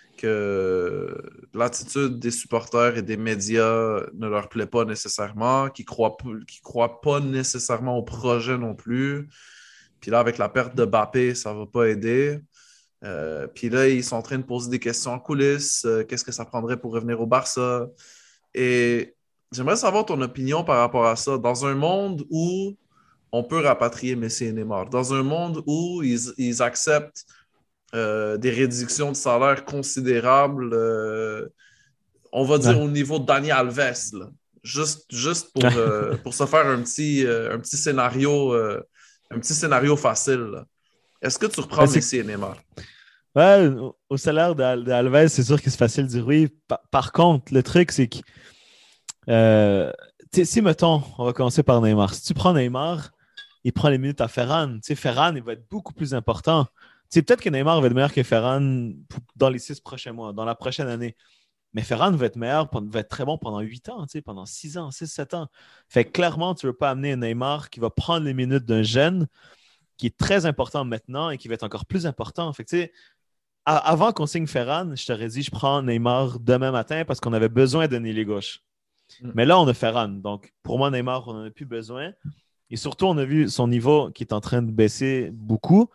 que l'attitude des supporters et des médias ne leur plaît pas nécessairement, qu'ils croient pas nécessairement au projet non plus. Puis là, avec la perte de Mbappé, ça ne va pas aider. Puis là, ils sont en train de poser des questions en coulisses. Qu'est-ce que ça prendrait pour revenir au Barça? Et j'aimerais savoir ton opinion par rapport à ça. Dans un monde où on peut rapatrier Messi et Neymar, dans un monde où ils acceptent des réductions de salaire considérables, on va dire au niveau de Dani Alves, là. Juste pour se faire un petit scénario... un petit scénario facile. Là. Est-ce que tu reprends Messi et Neymar? Ouais, au salaire d'Alves, c'est sûr que c'est facile de dire oui. Par contre, le truc, c'est que si, mettons, on va commencer par Neymar. Si tu prends Neymar, il prend les minutes à Ferran. Ferran, il va être beaucoup plus important. Peut-être que Neymar va être meilleur que Ferran dans les 6 prochains mois, dans la prochaine année. Mais Ferran va être très bon pendant 8 ans, pendant 6 ans, 6-7 ans. Fait que clairement, tu ne veux pas amener un Neymar qui va prendre les minutes d'un jeune qui est très important maintenant et qui va être encore plus important. Fait que, avant qu'on signe Ferran, je t'aurais dit je prends Neymar demain matin parce qu'on avait besoin d'un ailier gauche. Mais là, on a Ferran. Donc, pour moi, Neymar, on n'en a plus besoin. Et surtout, on a vu son niveau qui est en train de baisser beaucoup.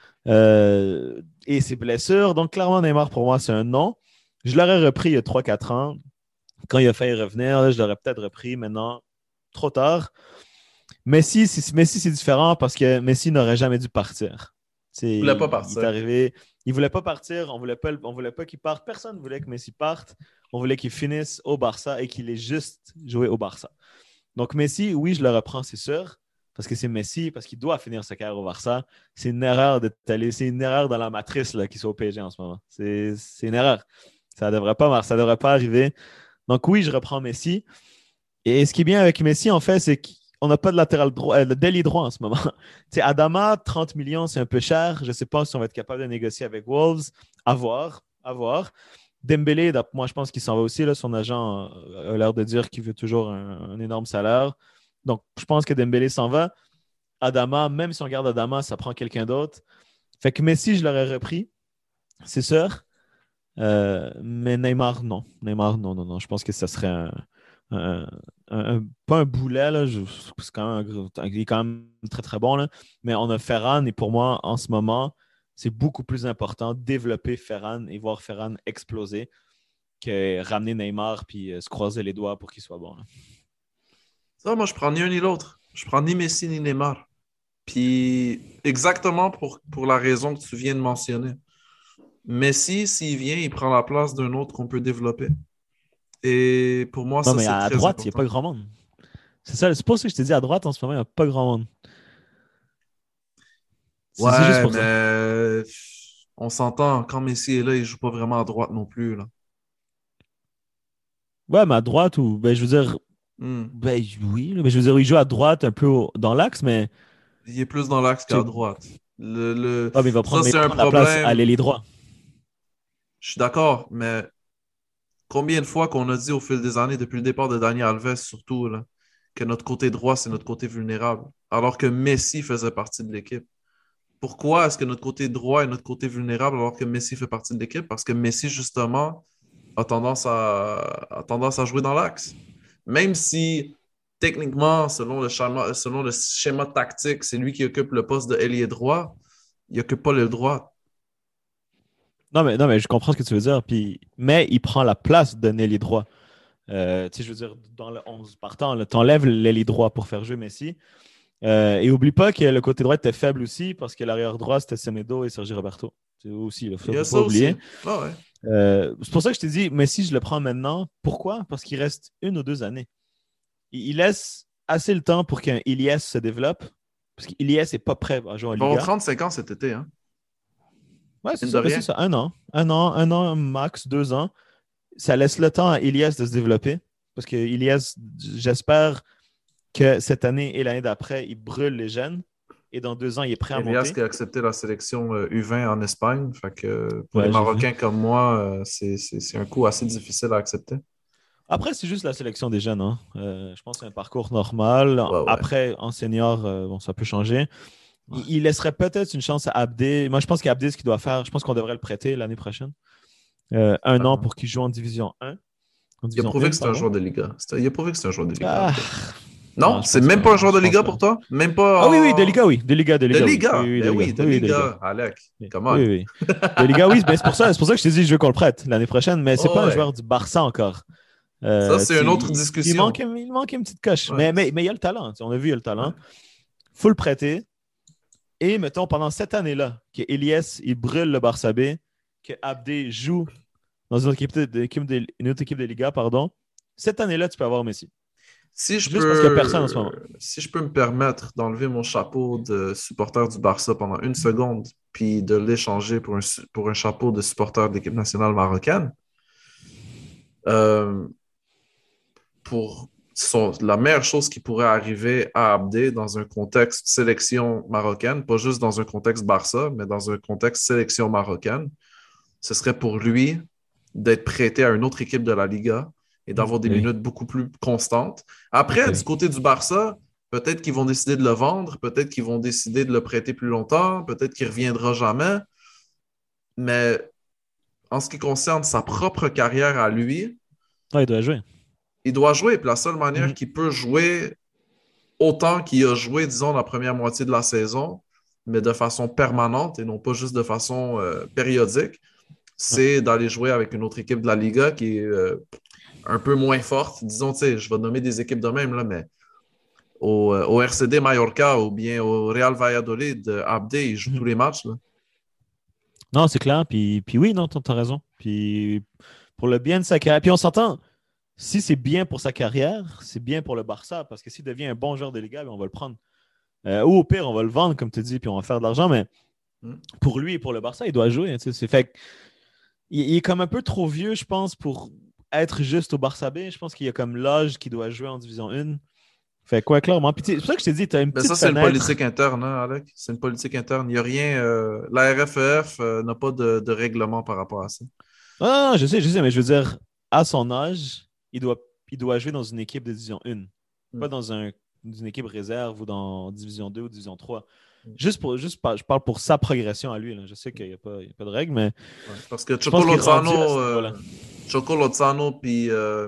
Et ses blessures. Donc, clairement, Neymar, pour moi, c'est un non. Je l'aurais repris il y a 3-4 ans. Quand il a failli revenir, là, je l'aurais peut-être repris. Maintenant, trop tard. Messi, c'est différent parce que Messi n'aurait jamais dû partir. Il ne voulait pas partir. Il ne voulait pas partir. On ne voulait pas qu'il parte. Personne ne voulait que Messi parte. On voulait qu'il finisse au Barça et qu'il ait juste joué au Barça. Donc, Messi, oui, je le reprends, c'est sûr. Parce que c'est Messi, parce qu'il doit finir sa carrière au Barça. C'est une erreur c'est une erreur dans la matrice là, qu'il soit au PSG en ce moment. C'est une erreur. Ça ne devrait pas arriver. Donc oui, je reprends Messi. Et ce qui est bien avec Messi, en fait, c'est on n'a pas de latéral droit, d'ailier droit en ce moment. Adama, 30 millions, c'est un peu cher. Je ne sais pas si on va être capable de négocier avec Wolves. À voir. Dembélé, moi, je pense qu'il s'en va aussi. Là. Son agent a l'air de dire qu'il veut toujours un énorme salaire. Donc, je pense que Dembélé s'en va. Adama, même si on garde Adama, ça prend quelqu'un d'autre. Fait que Messi, je l'aurais repris. C'est sûr. Mais Neymar, non. Non. Je pense que ça serait pas un boulet, là. C'est quand même il est quand même très, très bon, là. Mais on a Ferran, et pour moi, en ce moment, c'est beaucoup plus important de développer Ferran et voir Ferran exploser que ramener Neymar puis se croiser les doigts pour qu'il soit bon, là. Ça, moi, je prends ni un ni l'autre. Je prends ni Messi ni Neymar. Puis, exactement pour la raison que tu viens de mentionner. Messi, s'il vient, il prend la place d'un autre qu'on peut développer. Et pour moi, non, mais c'est à très droite, important. il n'y a pas grand monde. C'est pour ça que je t'ai dit, à droite, en ce moment, il n'y a pas grand monde. C'est juste pour mais on s'entend, quand Messi est là, il ne joue pas vraiment à droite non plus, là. Ouais, mais à droite, ou ben, je veux dire, oui, mais je veux dire, il joue à droite un peu dans l'axe, mais. Il est plus dans l'axe qu'à droite. Mais il va prendre, ça, c'est un la place problème. à l'ailier droit. Je suis d'accord, mais combien de fois qu'on a dit au fil des années, depuis le départ de Dani Alves surtout, là, que notre côté droit, c'est notre côté vulnérable, alors que Messi faisait partie de l'équipe. Pourquoi est-ce que notre côté droit est notre côté vulnérable alors que Messi fait partie de l'équipe? Parce que Messi, justement, a tendance à jouer dans l'axe. Même si, techniquement, selon le schéma tactique, c'est lui qui occupe le poste de ailier droit, il n'occupe pas le droit. Non, mais je comprends ce que tu veux dire. Mais il prend la place d'un ailier droit. Je veux dire, dans le 11 partant, tu enlèves l'ailier droit pour faire jouer Messi. Et oublie pas que le côté droit était faible aussi parce que l'arrière droit, c'était Semedo et Sergi Roberto. C'est aussi, il faut pas oublier. Ah ouais. C'est pour ça que je t'ai dit, Messi, je le prends maintenant. Pourquoi? Parce qu'il reste 1 ou 2 années. Il laisse assez le temps pour qu'un Iliès se développe. Parce qu'Iliès n'est pas prêt à jouer en Liga. Il va avoir 35 ans cet été, hein? Ouais, c'est ça. 1 an, max, 2 ans. Ça laisse le temps à Iliès de se développer. Parce que Iliès, j'espère que cette année et l'année d'après, il brûle les jeunes. Et dans 2 ans, il est prêt à monter. Iliès qui a accepté la sélection U20 en Espagne. Fait que pour les Marocains comme moi, c'est un coup assez difficile à accepter. Après, c'est juste la sélection des jeunes. Hein. Je pense que c'est un parcours normal. Ouais. Après, en senior, ça peut changer. Ouais. Il laisserait peut-être une chance à Abdé. Moi, je pense qu'Abdé, ce qu'il doit faire, je pense qu'on devrait le prêter l'année prochaine. 1 an pour qu'il joue en Division 1. Il a prouvé que c'est un joueur de Liga. Il a prouvé que c'est un joueur de Liga. Non, c'est même pas un joueur de Liga pour toi? Même pas. Ah oui, de Liga, oui. De Liga. De Liga. De Liga. Alec, comment? Oui. De Liga, oui. C'est pour ça que je t'ai dit je veux qu'on le prête l'année prochaine, mais c'est pas un joueur du Barça encore. Ça, c'est une autre discussion. Il manque une petite coche. Ouais. Mais il y a le talent. On a vu, il y a le talent. Ouais. Faut le prêter. Et mettons, pendant cette année-là, que Elias, il brûle le Barça B, que Abdé joue dans une autre équipe de Liga, cette année-là, tu peux avoir Messi. Parce qu'il n'y a personne en ce moment. Si je peux me permettre d'enlever mon chapeau de supporter du Barça pendant 1 seconde, puis de l'échanger pour un chapeau de supporter de l'équipe nationale marocaine, la meilleure chose qui pourrait arriver à Abdé dans un contexte sélection marocaine, pas juste dans un contexte Barça, mais dans un contexte sélection marocaine, ce serait pour lui d'être prêté à une autre équipe de la Liga et d'avoir des minutes beaucoup plus constantes. Après, du côté du Barça, peut-être qu'ils vont décider de le vendre, peut-être qu'ils vont décider de le prêter plus longtemps, peut-être qu'il ne reviendra jamais. Mais en ce qui concerne sa propre carrière à lui, il doit jouer. Il doit jouer. Puis la seule manière qu'il peut jouer autant qu'il a joué, disons, la première moitié de la saison, mais de façon permanente et non pas juste de façon périodique, c'est d'aller jouer avec une autre équipe de la Liga qui est un peu moins forte. Disons, tu sais, je vais nommer des équipes de même, là, mais au RCD Mallorca ou bien au Real Valladolid, Abdé, il joue tous les matchs. Là. Non, c'est clair. Puis oui, non, t'as raison. Puis pour le bien de sa carrière. Puis on s'entend, si c'est bien pour sa carrière, c'est bien pour le Barça, parce que s'il devient un bon joueur de Liga, on va le prendre. Ou au pire, on va le vendre, comme tu dis, puis on va faire de l'argent. Mais pour lui et pour le Barça, il doit jouer. C'est fait il est comme un peu trop vieux, je pense, pour être juste au Barça B. Je pense qu'il y a comme l'âge qu'il doit jouer en Division 1. Fait quoi, clairement. Puis c'est pour ça que je t'ai dit, tu as une Ben petite ça, c'est une fenêtre. politique interne, hein, Alec. C'est une politique interne. Il n'y a rien. La RFEF n'a pas de règlement par rapport à ça. Ah, je sais, mais je veux dire, à son âge, il doit jouer dans une équipe de Division 1, pas dans une équipe réserve ou dans Division 2 ou Division 3. Je parle pour sa progression à lui. Là. Je sais qu'il n'y a pas de règle, mais. Ouais, parce que Choco Lozano puis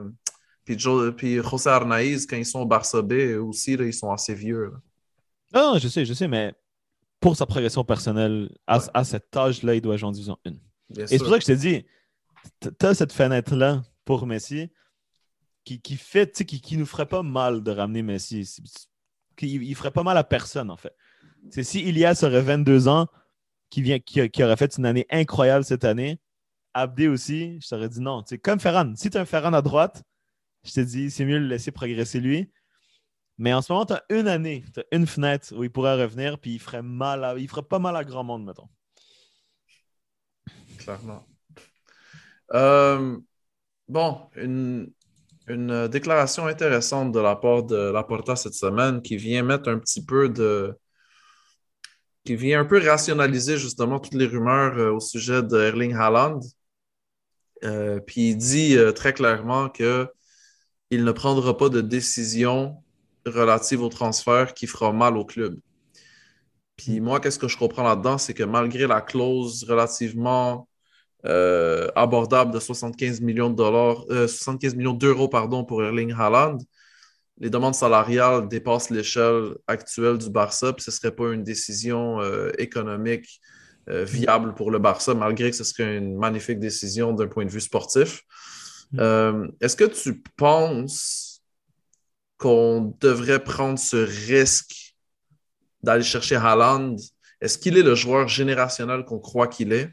José Arnaiz, quand ils sont au Barça B aussi, là, ils sont assez vieux. Là. Ah, je sais, mais pour sa progression personnelle, à cet âge-là, il doit jouer en Division 1. Et c'est pour ça que je t'ai dit, tu as cette fenêtre-là pour Messi qui fait, tu sais, qui nous ferait pas mal de ramener Messi. Il ferait pas mal à personne, en fait. C'est si Ilias aurait 22 ans, qui aurait fait une année incroyable cette année, Abdé aussi, je t'aurais dit non. Tu sais, comme Ferran. Si tu as un Ferran à droite, je t'ai dit, c'est mieux de le laisser progresser lui. Mais en ce moment, tu as une année, tu as une fenêtre où il pourrait revenir, puis il ferait pas mal à grand monde, mettons. Clairement. Bon, une déclaration intéressante de la part de Laporta cette semaine qui vient mettre un petit peu qui vient un peu rationaliser justement toutes les rumeurs au sujet de Erling Haaland. Puis il dit très clairement qu'il ne prendra pas de décision relative au transfert qui fera mal au club. Puis moi, qu'est-ce que je comprends là-dedans, c'est que malgré la clause relativement abordable de 75 millions d'euros pour Erling Haaland, les demandes salariales dépassent l'échelle actuelle du Barça, puis ce ne serait pas une décision économique viable pour le Barça, malgré que ce serait une magnifique décision d'un point de vue sportif. Est-ce que tu penses qu'on devrait prendre ce risque d'aller chercher Haaland? Est-ce qu'il est le joueur générationnel qu'on croit qu'il est?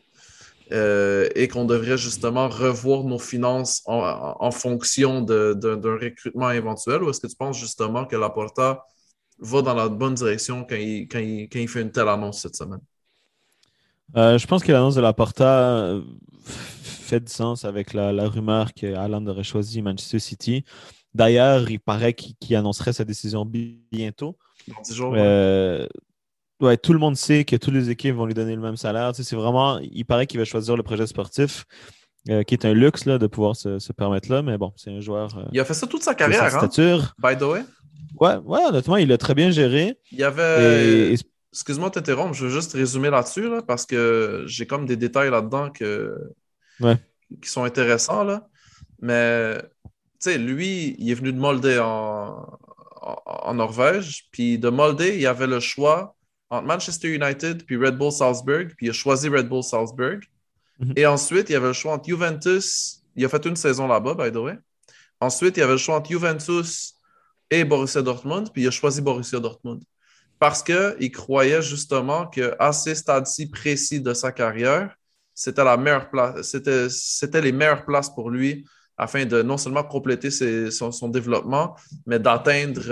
Et qu'on devrait justement revoir nos finances en fonction d'un recrutement éventuel, ou est-ce que tu penses justement que Laporta va dans la bonne direction quand il fait une telle annonce cette semaine? Je pense que l'annonce de Laporta fait du sens avec la rumeur que Haaland aurait choisi Manchester City. D'ailleurs, il paraît qu'il annoncerait sa décision bientôt. Dans 10 jours, ouais, tout le monde sait que toutes les équipes vont lui donner le même salaire. Tu sais, c'est vraiment, il paraît qu'il va choisir le projet sportif, qui est un luxe là, de pouvoir se permettre là. Mais bon, c'est un joueur. Il a fait ça toute sa carrière, sa stature. By the way. Ouais, honnêtement, il l'a très bien géré. Il y avait. Excuse-moi de t'interrompre, je veux juste résumer là-dessus, là, parce que j'ai comme des détails là-dedans qui sont intéressants. Là. Mais, tu sais, lui, il est venu de Molde en Norvège. Puis de Molde, il y avait le choix entre Manchester United puis Red Bull Salzburg, puis il a choisi Red Bull Salzburg. Et ensuite, il y avait le choix entre Juventus. Il a fait une saison là-bas, by the way. Ensuite, il y avait le choix entre Juventus et Borussia Dortmund, puis il a choisi Borussia Dortmund. Parce qu'il croyait justement qu'à ces stades-ci précis de sa carrière, c'était la meilleure place, c'était les meilleures places pour lui afin de non seulement compléter son développement, mais d'atteindre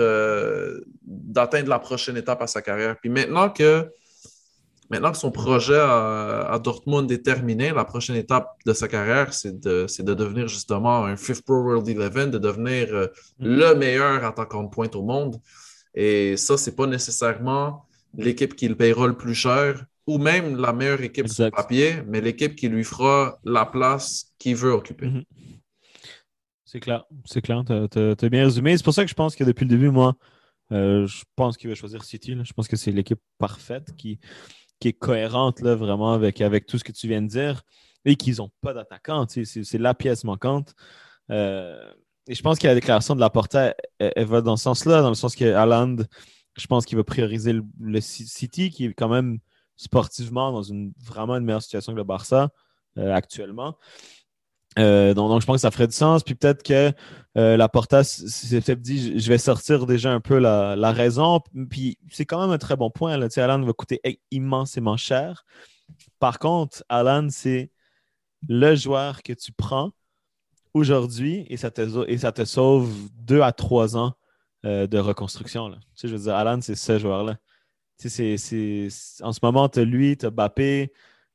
la prochaine étape à sa carrière. Puis maintenant que son projet à Dortmund est terminé, la prochaine étape de sa carrière, c'est de devenir justement un Fifth Pro World 11, de devenir le meilleur attaquant de pointe au monde. Et ça, c'est pas nécessairement l'équipe qui le paiera le plus cher ou même la meilleure équipe sur papier, mais l'équipe qui lui fera la place qu'il veut occuper. C'est clair. T'as bien résumé. C'est pour ça que je pense que depuis le début, moi, je pense qu'il va choisir City. Là. Je pense que c'est l'équipe parfaite qui est cohérente là, vraiment avec tout ce que tu viens de dire et qu'ils n'ont pas d'attaquant. C'est la pièce manquante. Et je pense que la déclaration de Laporta, elle va dans ce sens-là, dans le sens que Haaland, je pense qu'il va prioriser le City, qui est quand même sportivement dans vraiment une meilleure situation que le Barça actuellement. Donc, je pense que ça ferait du sens. Puis peut-être que Laporta s'est peut-être dit, je vais sortir déjà un peu la raison. Puis c'est quand même un très bon point. Là. Haaland va coûter immensément cher. Par contre, Haaland, c'est le joueur que tu prends aujourd'hui et ça te sauve 2 à 3 ans de reconstruction. Là. Je veux dire, Haaland, c'est ce joueur-là. En ce moment, tu as lui, tu as Mbappé.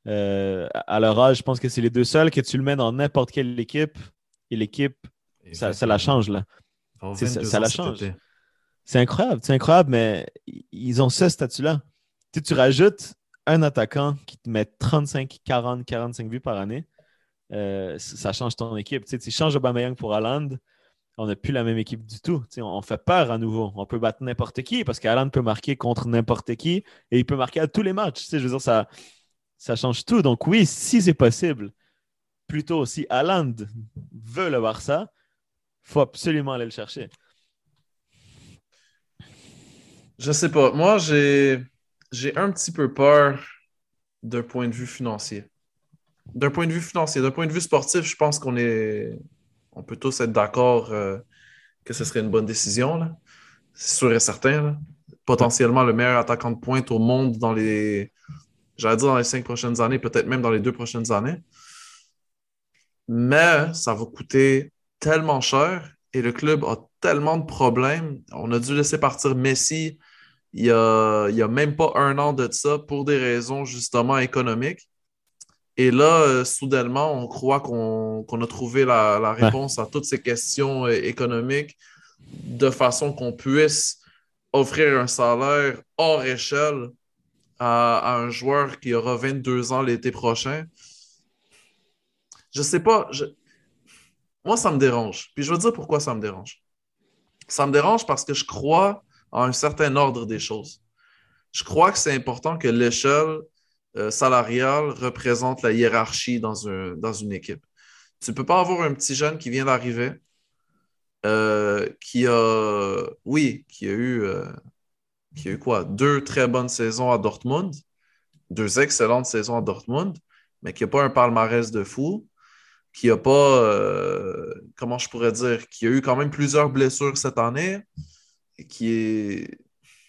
À leur âge, je pense que c'est les deux seuls que tu le mets dans n'importe quelle équipe et l'équipe, ça la change. Là. Ça la change. C'est incroyable, mais ils ont ce statut-là. Tu rajoutes un attaquant qui te met 35, 40, 45 buts par année, ça change ton équipe. Tu changes Aubameyang pour Haaland, on n'a plus la même équipe du tout. On fait peur à nouveau. On peut battre n'importe qui parce qu'Haaland peut marquer contre n'importe qui et il peut marquer à tous les matchs. Je veux dire, ça change tout. Donc oui, si c'est possible, plutôt si Haaland veut le Barça, il faut absolument aller le chercher. Je sais pas. Moi, j'ai un petit peu peur d'un point de vue financier. D'un point de vue sportif, je pense qu'on peut tous être d'accord que ce serait une bonne décision, là. C'est sûr et certain, là. Potentiellement le meilleur attaquant de pointe au monde dans les 5 prochaines années, peut-être même dans les 2 prochaines années. Mais ça va coûter tellement cher et le club a tellement de problèmes. On a dû laisser partir Messi il y a même pas 1 an de ça pour des raisons justement économiques. Et là, soudainement, on croit qu'on a trouvé la réponse à toutes ces questions économiques de façon qu'on puisse offrir un salaire hors échelle à un joueur qui aura 22 ans l'été prochain. Je sais pas. Moi, ça me dérange. Puis je veux dire pourquoi ça me dérange. Ça me dérange parce que je crois en un certain ordre des choses. Je crois que c'est important que l'échelle salariale représente la hiérarchie dans une équipe. Tu ne peux pas avoir un petit jeune qui vient d'arriver, qui a eu quoi? 2 très bonnes saisons à Dortmund, 2 excellentes saisons à Dortmund, mais qui n'a pas un palmarès de fou, qui n'a pas, comment je pourrais dire, qui a eu quand même plusieurs blessures cette année, et qui est...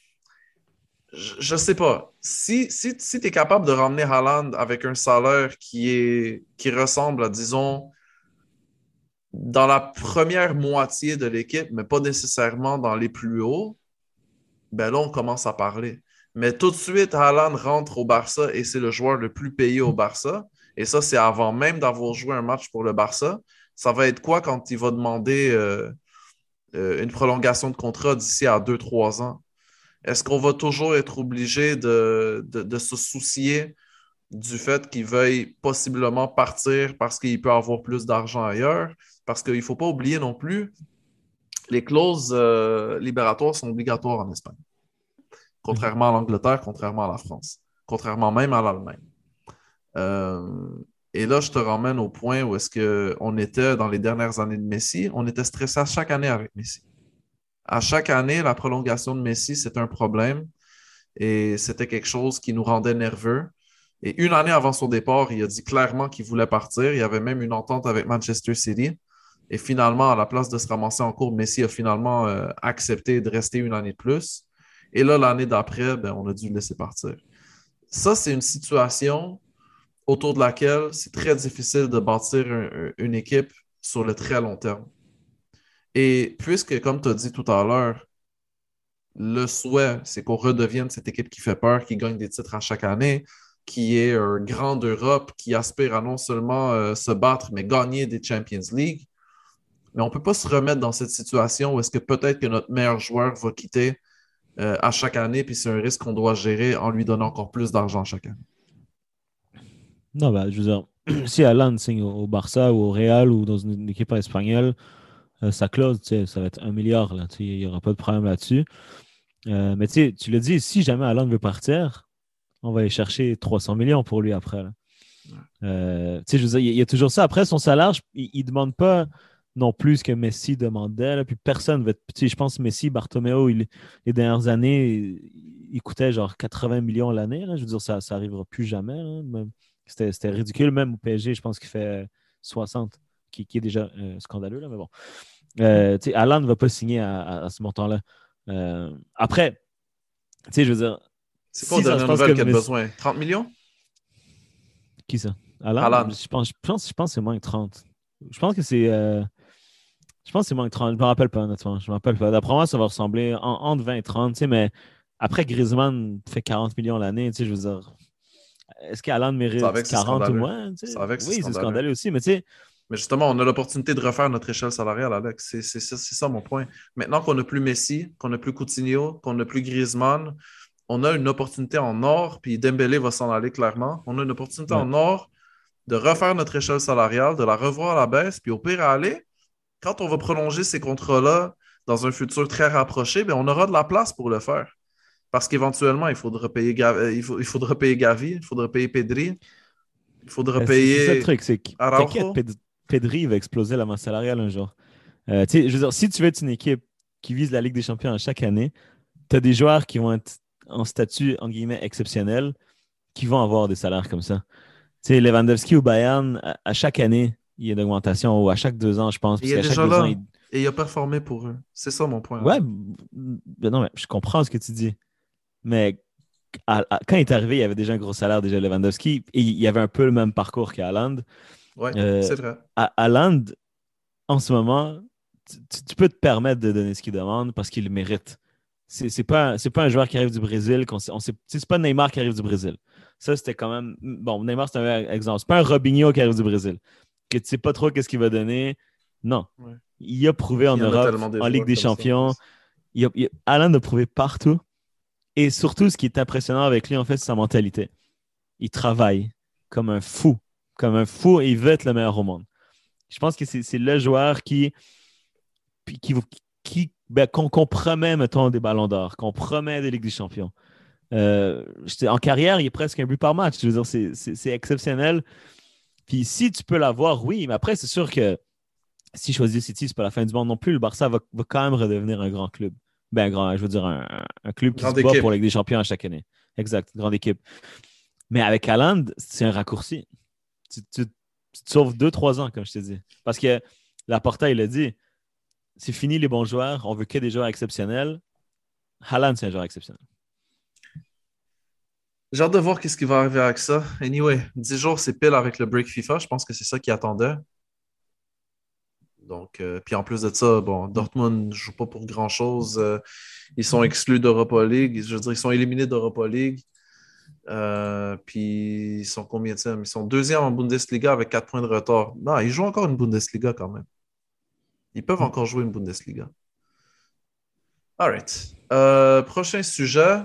Je sais pas. Si tu es capable de ramener Haaland avec un salaire qui ressemble à, disons, dans la première moitié de l'équipe, mais pas nécessairement dans les plus hauts, ben là, on commence à parler. Mais tout de suite, Haaland rentre au Barça et c'est le joueur le plus payé au Barça. Et ça, c'est avant même d'avoir joué un match pour le Barça. Ça va être quoi quand il va demander une prolongation de contrat d'ici à 2-3 ans? Est-ce qu'on va toujours être obligé de se soucier du fait qu'il veuille possiblement partir parce qu'il peut avoir plus d'argent ailleurs? Parce qu'il ne faut pas oublier non plus, les clauses libératoires sont obligatoires en Espagne. Contrairement à l'Angleterre, contrairement à la France, contrairement même à l'Allemagne. Et là, je te ramène au point où est-ce qu'on était dans les dernières années de Messi. On était stressé à chaque année avec Messi. À chaque année, la prolongation de Messi, c'était un problème et c'était quelque chose qui nous rendait nerveux. Et 1 année avant son départ, il a dit clairement qu'il voulait partir. Il y avait même une entente avec Manchester City. Et finalement, à la place de se ramasser en cours, Messi a finalement accepté de rester 1 année de plus. Et là, l'année d'après, on a dû le laisser partir. Ça, c'est une situation autour de laquelle c'est très difficile de bâtir une équipe sur le très long terme. Et puisque, comme tu as dit tout à l'heure, le souhait, c'est qu'on redevienne cette équipe qui fait peur, qui gagne des titres à chaque année, qui est un grand d'Europe, qui aspire à non seulement se battre, mais gagner des Champions League. Mais on ne peut pas se remettre dans cette situation où est-ce que peut-être que notre meilleur joueur va quitter à chaque année, puis c'est un risque qu'on doit gérer en lui donnant encore plus d'argent chaque année. Non, je veux dire, si Haaland signe au Barça ou au Real ou dans une équipe espagnole, sa clause, ça va être 1 milliard. Il n'y aura pas de problème là-dessus. Mais tu l'as dit, si jamais Haaland veut partir, on va aller chercher 300 millions pour lui après. Je veux dire, il y a toujours ça. Après, son salaire, il ne demande pas non plus ce que Messi demandait. Là, puis personne va être... Je pense que Messi, Bartomeu, les dernières années, il coûtait genre 80 millions l'année. Là. Je veux dire, ça n'arrivera plus jamais. C'était ridicule. Même au PSG, je pense qu'il fait 60, qui est déjà scandaleux. Là, mais bon. Haaland ne va pas signer à ce montant-là. Après, je veux dire... C'est quoi la dernière nouvelle qu'il a besoin? 30 millions? Qui ça? Haaland? Je pense que c'est moins que 30. Je pense que c'est moins que 30. Je ne me rappelle pas, honnêtement. Je me rappelle pas. D'après moi, ça va ressembler entre 20 et 30. Mais après, Griezmann fait 40 millions l'année. Je veux dire, est-ce qu'Haaland mérite 40 ou moins? Oui, c'est scandaleux aussi. Mais Mais justement, on a l'opportunité de refaire notre échelle salariale, Alex. C'est ça mon point. Maintenant qu'on n'a plus Messi, qu'on n'a plus Coutinho, qu'on n'a plus Griezmann, on a une opportunité en or, puis Dembélé va s'en aller clairement. On a une opportunité en or de refaire notre échelle salariale, de la revoir à la baisse, puis au pire à aller, quand on va prolonger ces contrats-là dans un futur très rapproché, bien, on aura de la place pour le faire. Parce qu'éventuellement, il faudra payer Gavi, il faudra payer Pedri, il faudra payer C'est ça le truc, c'est que Araujo. t'inquiète, Pedri va exploser la masse salariale un jour. Tu sais, je veux dire, si tu veux être une équipe qui vise la Ligue des Champions à chaque année, tu as des joueurs qui vont être en statut, en guillemets, exceptionnel, qui vont avoir des salaires comme ça. Tu sais, Lewandowski au Bayern, à chaque année, il y a une augmentation, ou à chaque 2 ans, je pense. Il est déjà là, et il a performé pour eux. C'est ça mon point. Ouais, ben non, mais je comprends ce que tu dis. Mais quand il est arrivé, il y avait déjà un gros salaire, déjà Lewandowski, et il y avait un peu le même parcours qu'Haaland. Oui, c'est vrai. Haaland, en ce moment, tu peux te permettre de donner ce qu'il demande parce qu'il le mérite. C'est pas un joueur qui arrive du Brésil. C'est pas Neymar qui arrive du Brésil. Ça, c'était quand même... Bon, Neymar, c'est un exemple. C'est pas un Robinho qui arrive du Brésil. Que tu sais pas trop qu'est-ce qu'il va donner. Non. Ouais. Il a prouvé en Europe, en Ligue des Champions. Haaland a prouvé partout. Et surtout, ce qui est impressionnant avec lui, en fait, c'est sa mentalité. Il travaille comme un fou. Comme un fou, et il veut être le meilleur au monde. Je pense que c'est le joueur qu'on promet, mettons, des ballons d'or, qu'on promet des Ligues des Champions. En carrière, il est presque un but par match. Je veux dire, c'est exceptionnel. Puis si tu peux l'avoir, oui, mais après, c'est sûr que si choisir City, c'est pas la fin du monde non plus. Le Barça va quand même redevenir un grand club. Ben, je veux dire, un club qui se bat pour la Ligue des Champions à chaque année. Exact, grande équipe. Mais avec Haaland, c'est un raccourci. Tu te sauves 2-3 ans, comme je te dis. Parce que Laporta, il a dit, c'est fini les bons joueurs, on veut que des joueurs exceptionnels. Haaland, c'est un joueur exceptionnel. J'ai hâte de voir ce qui va arriver avec ça. Anyway, 10 jours, c'est pile avec le break FIFA. Je pense que c'est ça qui attendait. Donc, puis en plus de ça, bon, Dortmund ne joue pas pour grand-chose. Ils sont exclus d'Europa League. Je veux dire, ils sont éliminés d'Europa League. Puis ils sont combien de temps? Ils sont 2e en Bundesliga avec 4 points de retard. Non, ils jouent encore une Bundesliga quand même. Ils peuvent encore jouer une Bundesliga. All right. Prochain sujet.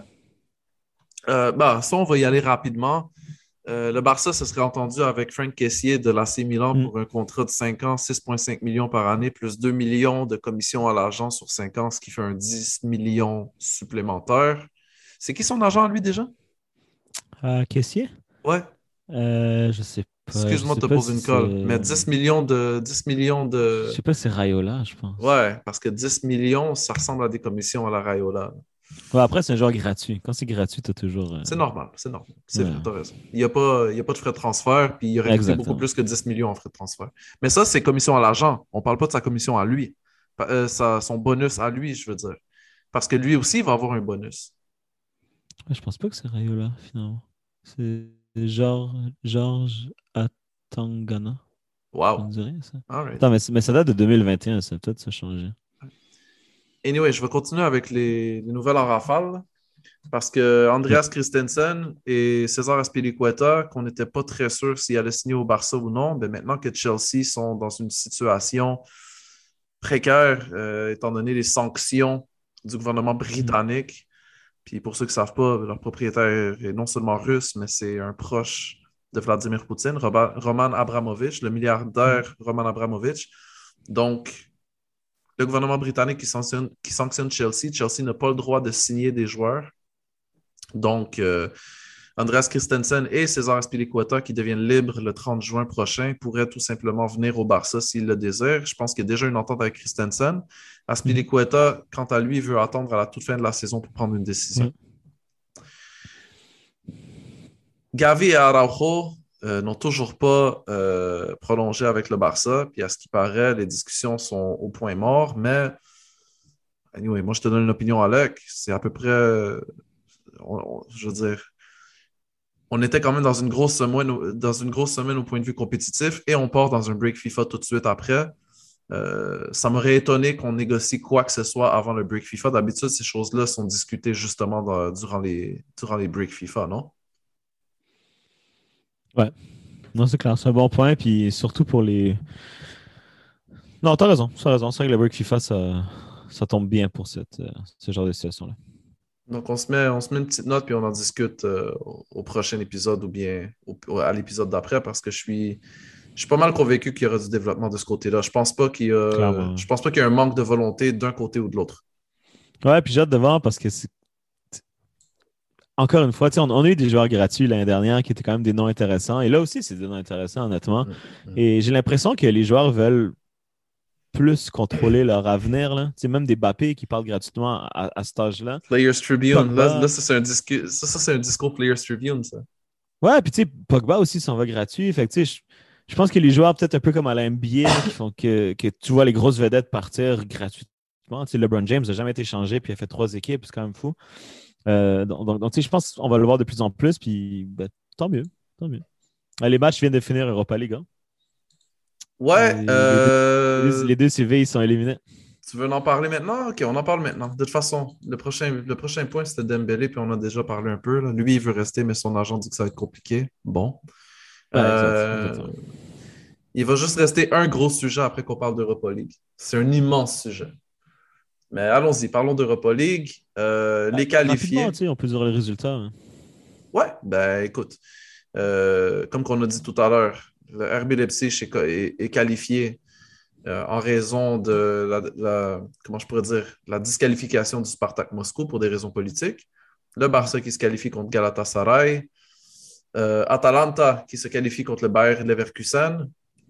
Ça, on va y aller rapidement. Le Barça se serait entendu avec Franck Kessié de l'AC Milan pour un contrat de 5 ans, 6,5 millions par année, plus 2 millions de commissions à l'agent sur 5 ans, ce qui fait un 10 millions supplémentaire. C'est qui son agent, lui, déjà? Kessié? Ouais. Je sais pas. Excuse-moi de te poser une colle, mais 10 millions de... Je sais pas si c'est Raiola, je pense. Ouais, parce que 10 millions, ça ressemble à des commissions à la Raiola. Ouais, après, c'est un genre gratuit. Quand c'est gratuit, tu as toujours... C'est normal. C'est vrai, tu as raison. Il n'y a pas de frais de transfert, puis il aurait coûté beaucoup plus que 10 millions en frais de transfert. Mais ça, c'est commission à l'agent. On ne parle pas de sa commission à lui. Son bonus à lui, je veux dire. Parce que lui aussi, il va avoir un bonus. Je pense pas que c'est Raiola, finalement. C'est Georges Atangana. Wow. On dirait ça. Right. Attends, mais ça date de 2021, ça peut-être ça changé. Anyway, je vais continuer avec les nouvelles en rafale parce que Andreas Christensen et César Azpilicueta, qu'on n'était pas très sûr s'ils allaient signer au Barça ou non, ben maintenant que Chelsea sont dans une situation précaire, étant donné les sanctions du gouvernement britannique, puis pour ceux qui ne savent pas, leur propriétaire est non seulement russe, mais c'est un proche de Vladimir Poutine, Roman Abramovich, le milliardaire Roman Abramovich. Donc, le gouvernement britannique qui sanctionne Chelsea. Chelsea n'a pas le droit de signer des joueurs. Donc, Andreas Christensen et César Azpilicueta, qui deviennent libres le 30 juin prochain, pourraient tout simplement venir au Barça s'ils le désirent. Je pense qu'il y a déjà une entente avec Christensen. Azpilicueta, quant à lui, veut attendre à la toute fin de la saison pour prendre une décision. Gavi et Araujo n'ont toujours pas prolongé avec le Barça. Puis à ce qui paraît, les discussions sont au point mort. Mais, anyway, moi, je te donne une opinion, Alec. C'est à peu près, je veux dire, on était quand même dans une grosse semaine au point de vue compétitif et on part dans un break FIFA tout de suite après. Ça m'aurait étonné qu'on négocie quoi que ce soit avant le break FIFA. D'habitude, ces choses-là sont discutées justement durant les breaks FIFA, non? Ouais. Non, c'est clair, c'est un bon point. Puis surtout pour les. Non, t'as raison. C'est vrai que le break FIFA, ça tombe bien pour ce genre de situation-là. Donc, on se met une petite note puis on en discute au prochain épisode ou bien à l'épisode d'après parce que je suis pas mal convaincu qu'il y aura du développement de ce côté-là. Je pense pas qu'il y a un manque de volonté d'un côté ou de l'autre. Ouais, puis j'ai hâte de voir parce que encore une fois, on a eu des joueurs gratuits l'année dernière qui étaient quand même des noms intéressants. Et là aussi, c'est des noms intéressants, honnêtement. Et j'ai l'impression que les joueurs veulent plus contrôler leur avenir. Là. Même des Mbappé qui parlent gratuitement à cet âge-là. Players Tribune. Là, ça, c'est un discours Players Tribune, ça. Ouais, puis tu sais, Pogba aussi s'en va gratuit. Fait que tu sais, je pense que les joueurs, peut-être un peu comme à la NBA, là, qui font que tu vois les grosses vedettes partir gratuitement. Tu sais, LeBron James n'a jamais été changé, puis il a fait 3 équipes, c'est quand même fou. Donc tu sais, je pense qu'on va le voir de plus en plus, puis ben, tant mieux. Les matchs viennent de finir Europa League. Hein? Ouais. Les deux CV, ils sont éliminés. Tu veux en parler maintenant? Ok, on en parle maintenant. De toute façon, le prochain point, c'était Dembélé, puis on a déjà parlé un peu. Là. Lui, il veut rester, mais son agent dit que ça va être compliqué. Bon. Exactement. Il va juste rester un gros sujet après qu'on parle d'Europa League. C'est un immense sujet. Mais allons-y, parlons d'Europa League. Les qualifiés. On peut dire les résultats. Hein. Ouais, ben écoute, comme qu'on a dit tout à l'heure, le RB Leipzig est qualifié en raison de comment je pourrais dire, la disqualification du Spartak Moscou pour des raisons politiques. Le Barça qui se qualifie contre Galatasaray. Atalanta qui se qualifie contre le Bayer Leverkusen.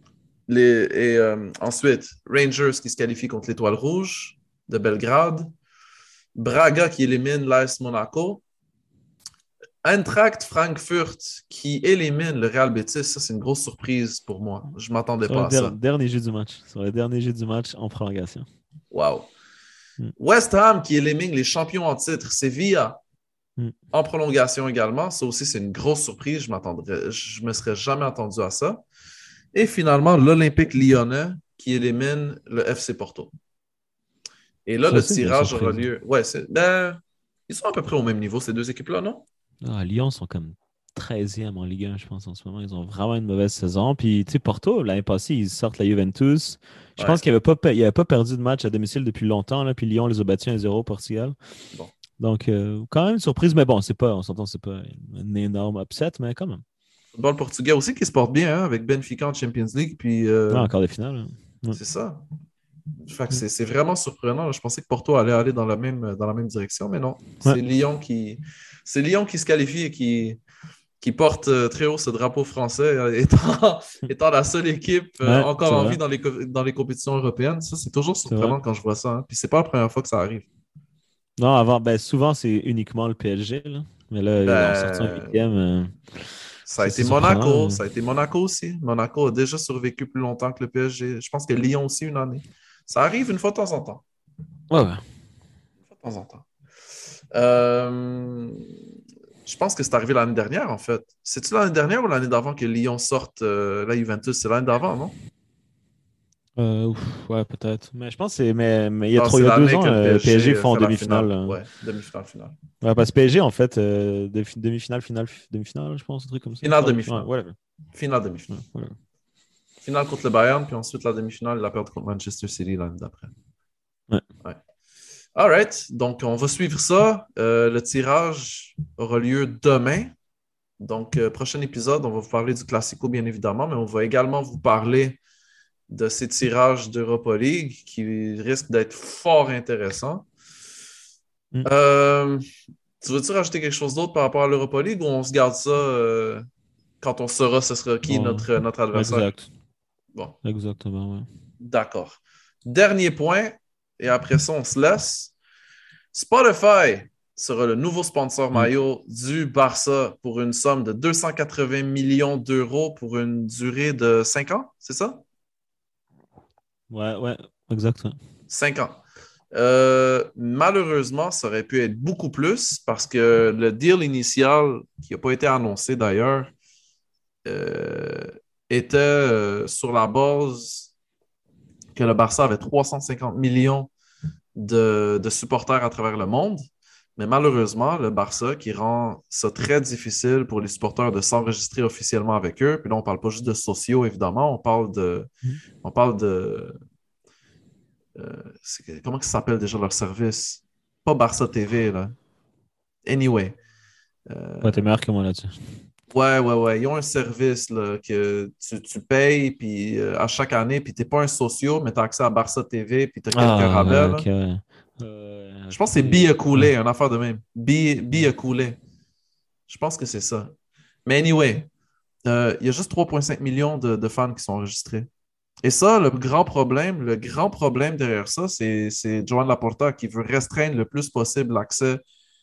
Ensuite, Rangers qui se qualifie contre l'Étoile Rouge de Belgrade. Braga qui élimine l'AS Monaco. Eintracht Frankfurt qui élimine le Real Betis. Ça, c'est une grosse surprise pour moi. Je ne m'attendais pas à ça. Dernier jeu du match. Sur le dernier jeu du match en prolongation. Wow. West Ham qui élimine les champions en titre, Sevilla, en prolongation également. Ça aussi, c'est une grosse surprise. Je ne me serais jamais attendu à ça. Et finalement, l'Olympique Lyonnais qui élimine le FC Porto. Et là, le tirage aura lieu. Ouais, ils sont à peu près au même niveau, ces deux équipes-là, non? Lyon sont comme 13e en Ligue 1, je pense, en ce moment. Ils ont vraiment une mauvaise saison. Puis, tu sais, Porto, l'année passée, ils sortent la Juventus. Je pense qu'il n'avait pas perdu de match à domicile depuis longtemps. Là, puis Lyon les a battus 1-0 au Portugal. Bon. Donc, quand même, surprise. Mais bon, on s'entend, c'est pas un énorme upset, mais quand même. Le football portugais aussi qui se porte bien, hein, avec Benfica en Champions League. Puis, encore des finales. Hein. C'est ça. Fait que c'est vraiment surprenant. Je pensais que Porto allait aller dans la même direction, mais non. C'est Lyon qui se qualifie et qui porte très haut ce drapeau français, étant la seule équipe encore en vie dans les compétitions européennes. Ça, c'est toujours surprenant quand je vois ça. Hein. Puis c'est pas la première fois que ça arrive. Non, avant, souvent, c'est uniquement le PSG. Là. Mais là, ils ont sorti un 8e. Ça a été Monaco. Ça a été Monaco aussi. Monaco a déjà survécu plus longtemps que le PSG. Je pense que Lyon aussi une année. Ça arrive une fois de temps en temps. Ouais. Une fois de temps en temps. Je pense que c'est arrivé l'année dernière, en fait. C'est-tu l'année dernière ou l'année d'avant que Lyon sorte la Juventus? C'est l'année d'avant, non? Ouais, peut-être. Mais je pense que c'est. Mais il y a 2 ans, PSG font demi-finale. Ouais, demi-finale. Ouais, parce que PSG, en fait, demi-finale, demi-finale, je pense, un truc comme ça. Finale, demi-finale. Ouais, finale, demi-finale. Ouais. Finale contre le Bayern, puis ensuite la demi-finale, la perte contre Manchester City l'année d'après. Ouais. All right. Donc, on va suivre ça. Le tirage aura lieu demain. Donc, prochain épisode, on va vous parler du Classico, bien évidemment, mais on va également vous parler de ces tirages d'Europa League qui risquent d'être fort intéressants. Tu veux-tu rajouter quelque chose d'autre par rapport à l'Europa League ou on se garde ça quand on saura ce sera qui notre adversaire? Exact. Bon. Exactement, ouais. D'accord. Dernier point, et après ça, on se laisse. Spotify sera le nouveau sponsor maillot du Barça pour une somme de 280 millions d'euros pour une durée de 5 ans, c'est ça? Ouais, exact. 5 ans. Malheureusement, ça aurait pu être beaucoup plus parce que le deal initial, qui n'a pas été annoncé d'ailleurs, était sur la base que le Barça avait 350 millions de supporters à travers le monde. Mais malheureusement, le Barça qui rend ça très difficile pour les supporters de s'enregistrer officiellement avec eux. Puis là, on ne parle pas juste de sociaux, évidemment. On parle de... comment ça s'appelle déjà leur service? Pas Barça TV, là. Anyway. T'es meilleur que moi là-dessus. Ouais. Ils ont un service là, que tu payes puis, à chaque année, puis tu n'es pas un socio, mais tu as accès à Barça TV, puis tu as quelques rabais. Okay. Je pense que c'est Be Coolé, une affaire de même. Be Coolé. Je pense que c'est ça. Mais anyway, il y a juste 3,5 millions de fans qui sont enregistrés. Et ça, le grand problème derrière ça, c'est Joan Laporta qui veut restreindre le plus possible l'accès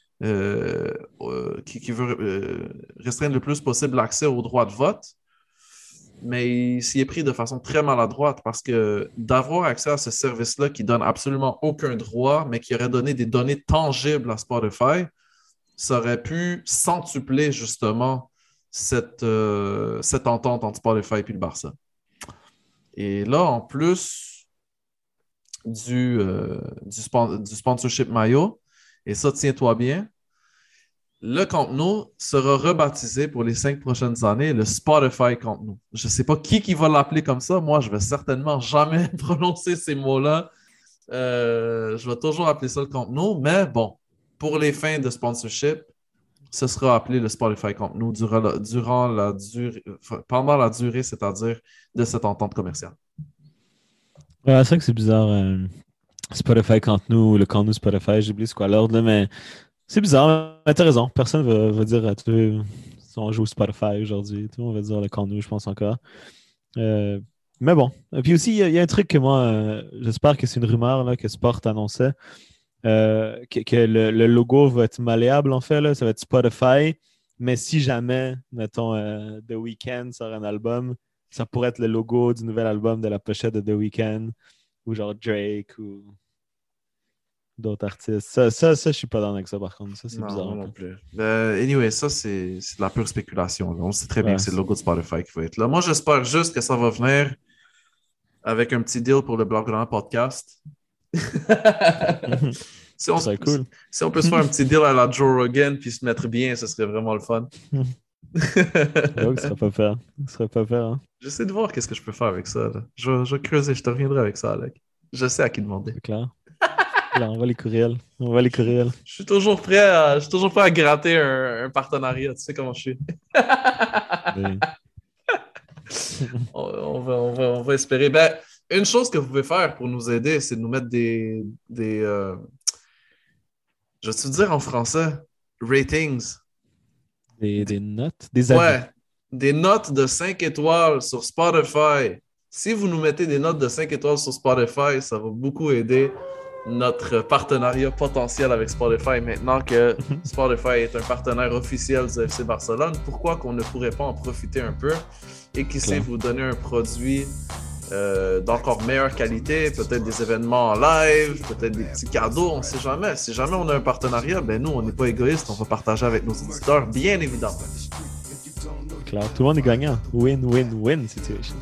restreindre le plus possible l'accès au droit de vote. Mais il s'y est pris de façon très maladroite parce que d'avoir accès à ce service-là qui donne absolument aucun droit, mais qui aurait donné des données tangibles à Spotify, ça aurait pu centupler justement cette entente entre Spotify et le Barça. Et là, en plus du sponsorship maillot, et ça, tiens-toi bien, le Camp Nou sera rebaptisé pour les 5 prochaines années le Spotify Camp Nou. Je ne sais pas qui va l'appeler comme ça. Moi, je ne vais certainement jamais prononcer ces mots-là. Je vais toujours appeler ça le Camp Nou. Mais bon, pour les fins de sponsorship, ce sera appelé le Spotify Camp Nou pendant la durée, c'est-à-dire de cette entente commerciale. Ouais, c'est vrai que c'est bizarre. Spotify Camp Nou ou le Camp Nou Spotify, j'ai oublié c'est quoi l'ordre, là, mais c'est bizarre. Mais t'as raison. Personne va dire à tous si on joue Spotify aujourd'hui. Tout le monde va dire le Camp Nou, je pense encore. Mais bon. Et puis aussi, il y a un truc que moi, j'espère que c'est une rumeur là, que Sport annonçait. Que le logo va être malléable, en fait. Là. Ça va être Spotify. Mais si jamais, mettons, The Weeknd sort un album, ça pourrait être le logo du nouvel album de la pochette de The Weeknd. Ou genre Drake ou d'autres artistes. Ça, je suis pas dans avec ça, par contre. Ça, c'est bizarre. Non plus. Anyway, ça, c'est de la pure spéculation. Là. On sait très bien que c'est le logo de Spotify qui va être là. Moi, j'espère juste que ça va venir avec un petit deal pour le Blaugrana podcast. Si on peut se faire un petit deal à la Joe Rogan puis se mettre bien, ce serait vraiment le fun. Ce serait pas faire. Hein? J'essaie de voir qu'est-ce que je peux faire avec ça. Là. Je vais creuser, je te reviendrai avec ça, Alec. Je sais à qui demander. C'est clair. Là, on va les courriels. Je suis toujours prêt à gratter un partenariat. Tu sais comment je suis. Oui. on va espérer. Ben, une chose que vous pouvez faire pour nous aider, c'est de nous mettre des je vais te dire en français, ratings. Des notes? Des avis. Ouais, des notes de 5 étoiles sur Spotify. Si vous nous mettez des notes de 5 étoiles sur Spotify, ça va beaucoup aider notre partenariat potentiel avec Spotify. Maintenant que Spotify est un partenaire officiel du FC Barcelone, pourquoi qu'on ne pourrait pas en profiter un peu et qui sait vous donner un produit d'encore meilleure qualité, peut-être des événements en live, peut-être des petits cadeaux, on ne sait jamais. Si jamais on a un partenariat, ben nous, on n'est pas égoïste, on va partager avec nos éditeurs, bien évidemment. Claire, tout le monde est gagnant. Win-win-win situation.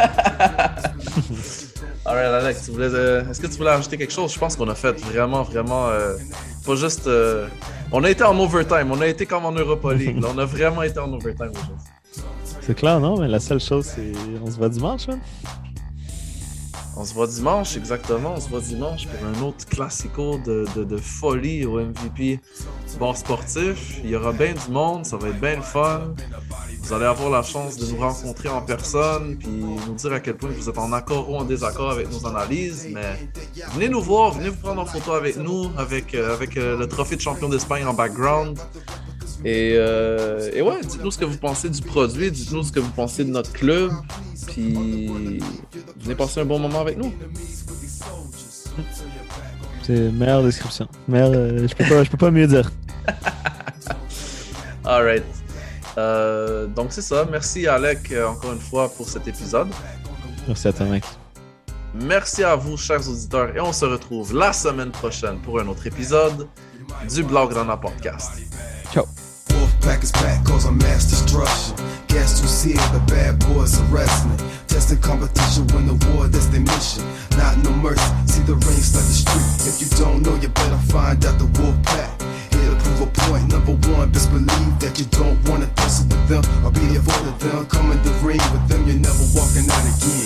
Alright, Alex, est-ce que tu voulais ajouter quelque chose? Je pense qu'on a fait vraiment, pas juste... on a été en overtime, on a été comme en Europa League. Là, on a vraiment été en overtime aujourd'hui. C'est clair, non? Mais la seule chose, c'est... On se voit dimanche, hein? On se voit dimanche, exactement. On se voit dimanche pour un autre classico de folie au MVP bar sportif. Il y aura bien du monde, ça va être bien le fun. Vous allez avoir la chance de nous rencontrer en personne puis nous dire à quel point vous êtes en accord ou en désaccord avec nos analyses. Mais venez nous voir, venez vous prendre en photo avec nous, avec le trophée de champion d'Espagne en background. Et ouais, dites-nous ce que vous pensez du produit, dites-nous ce que vous pensez de notre club, puis venez passer un bon moment avec nous. C'est une meilleure description. Je peux pas mieux dire. Alright. Donc c'est ça. Merci Alec encore une fois pour cet épisode. Merci à toi, mec. Merci à vous, chers auditeurs, et on se retrouve la semaine prochaine pour un autre épisode du Blaugrana Podcast. Ciao. Pack is packed, cause I'm mass destruction. Guess who's here? The bad boys are wrestling. Testing competition, win the war, that's their mission. Not no mercy, see the ring, like the street. If you don't know, you better find out the wolf pack. Hit Best believe that you don't wanna tussle with them or be avoided them. Come in the ring with them, you're never walking out again.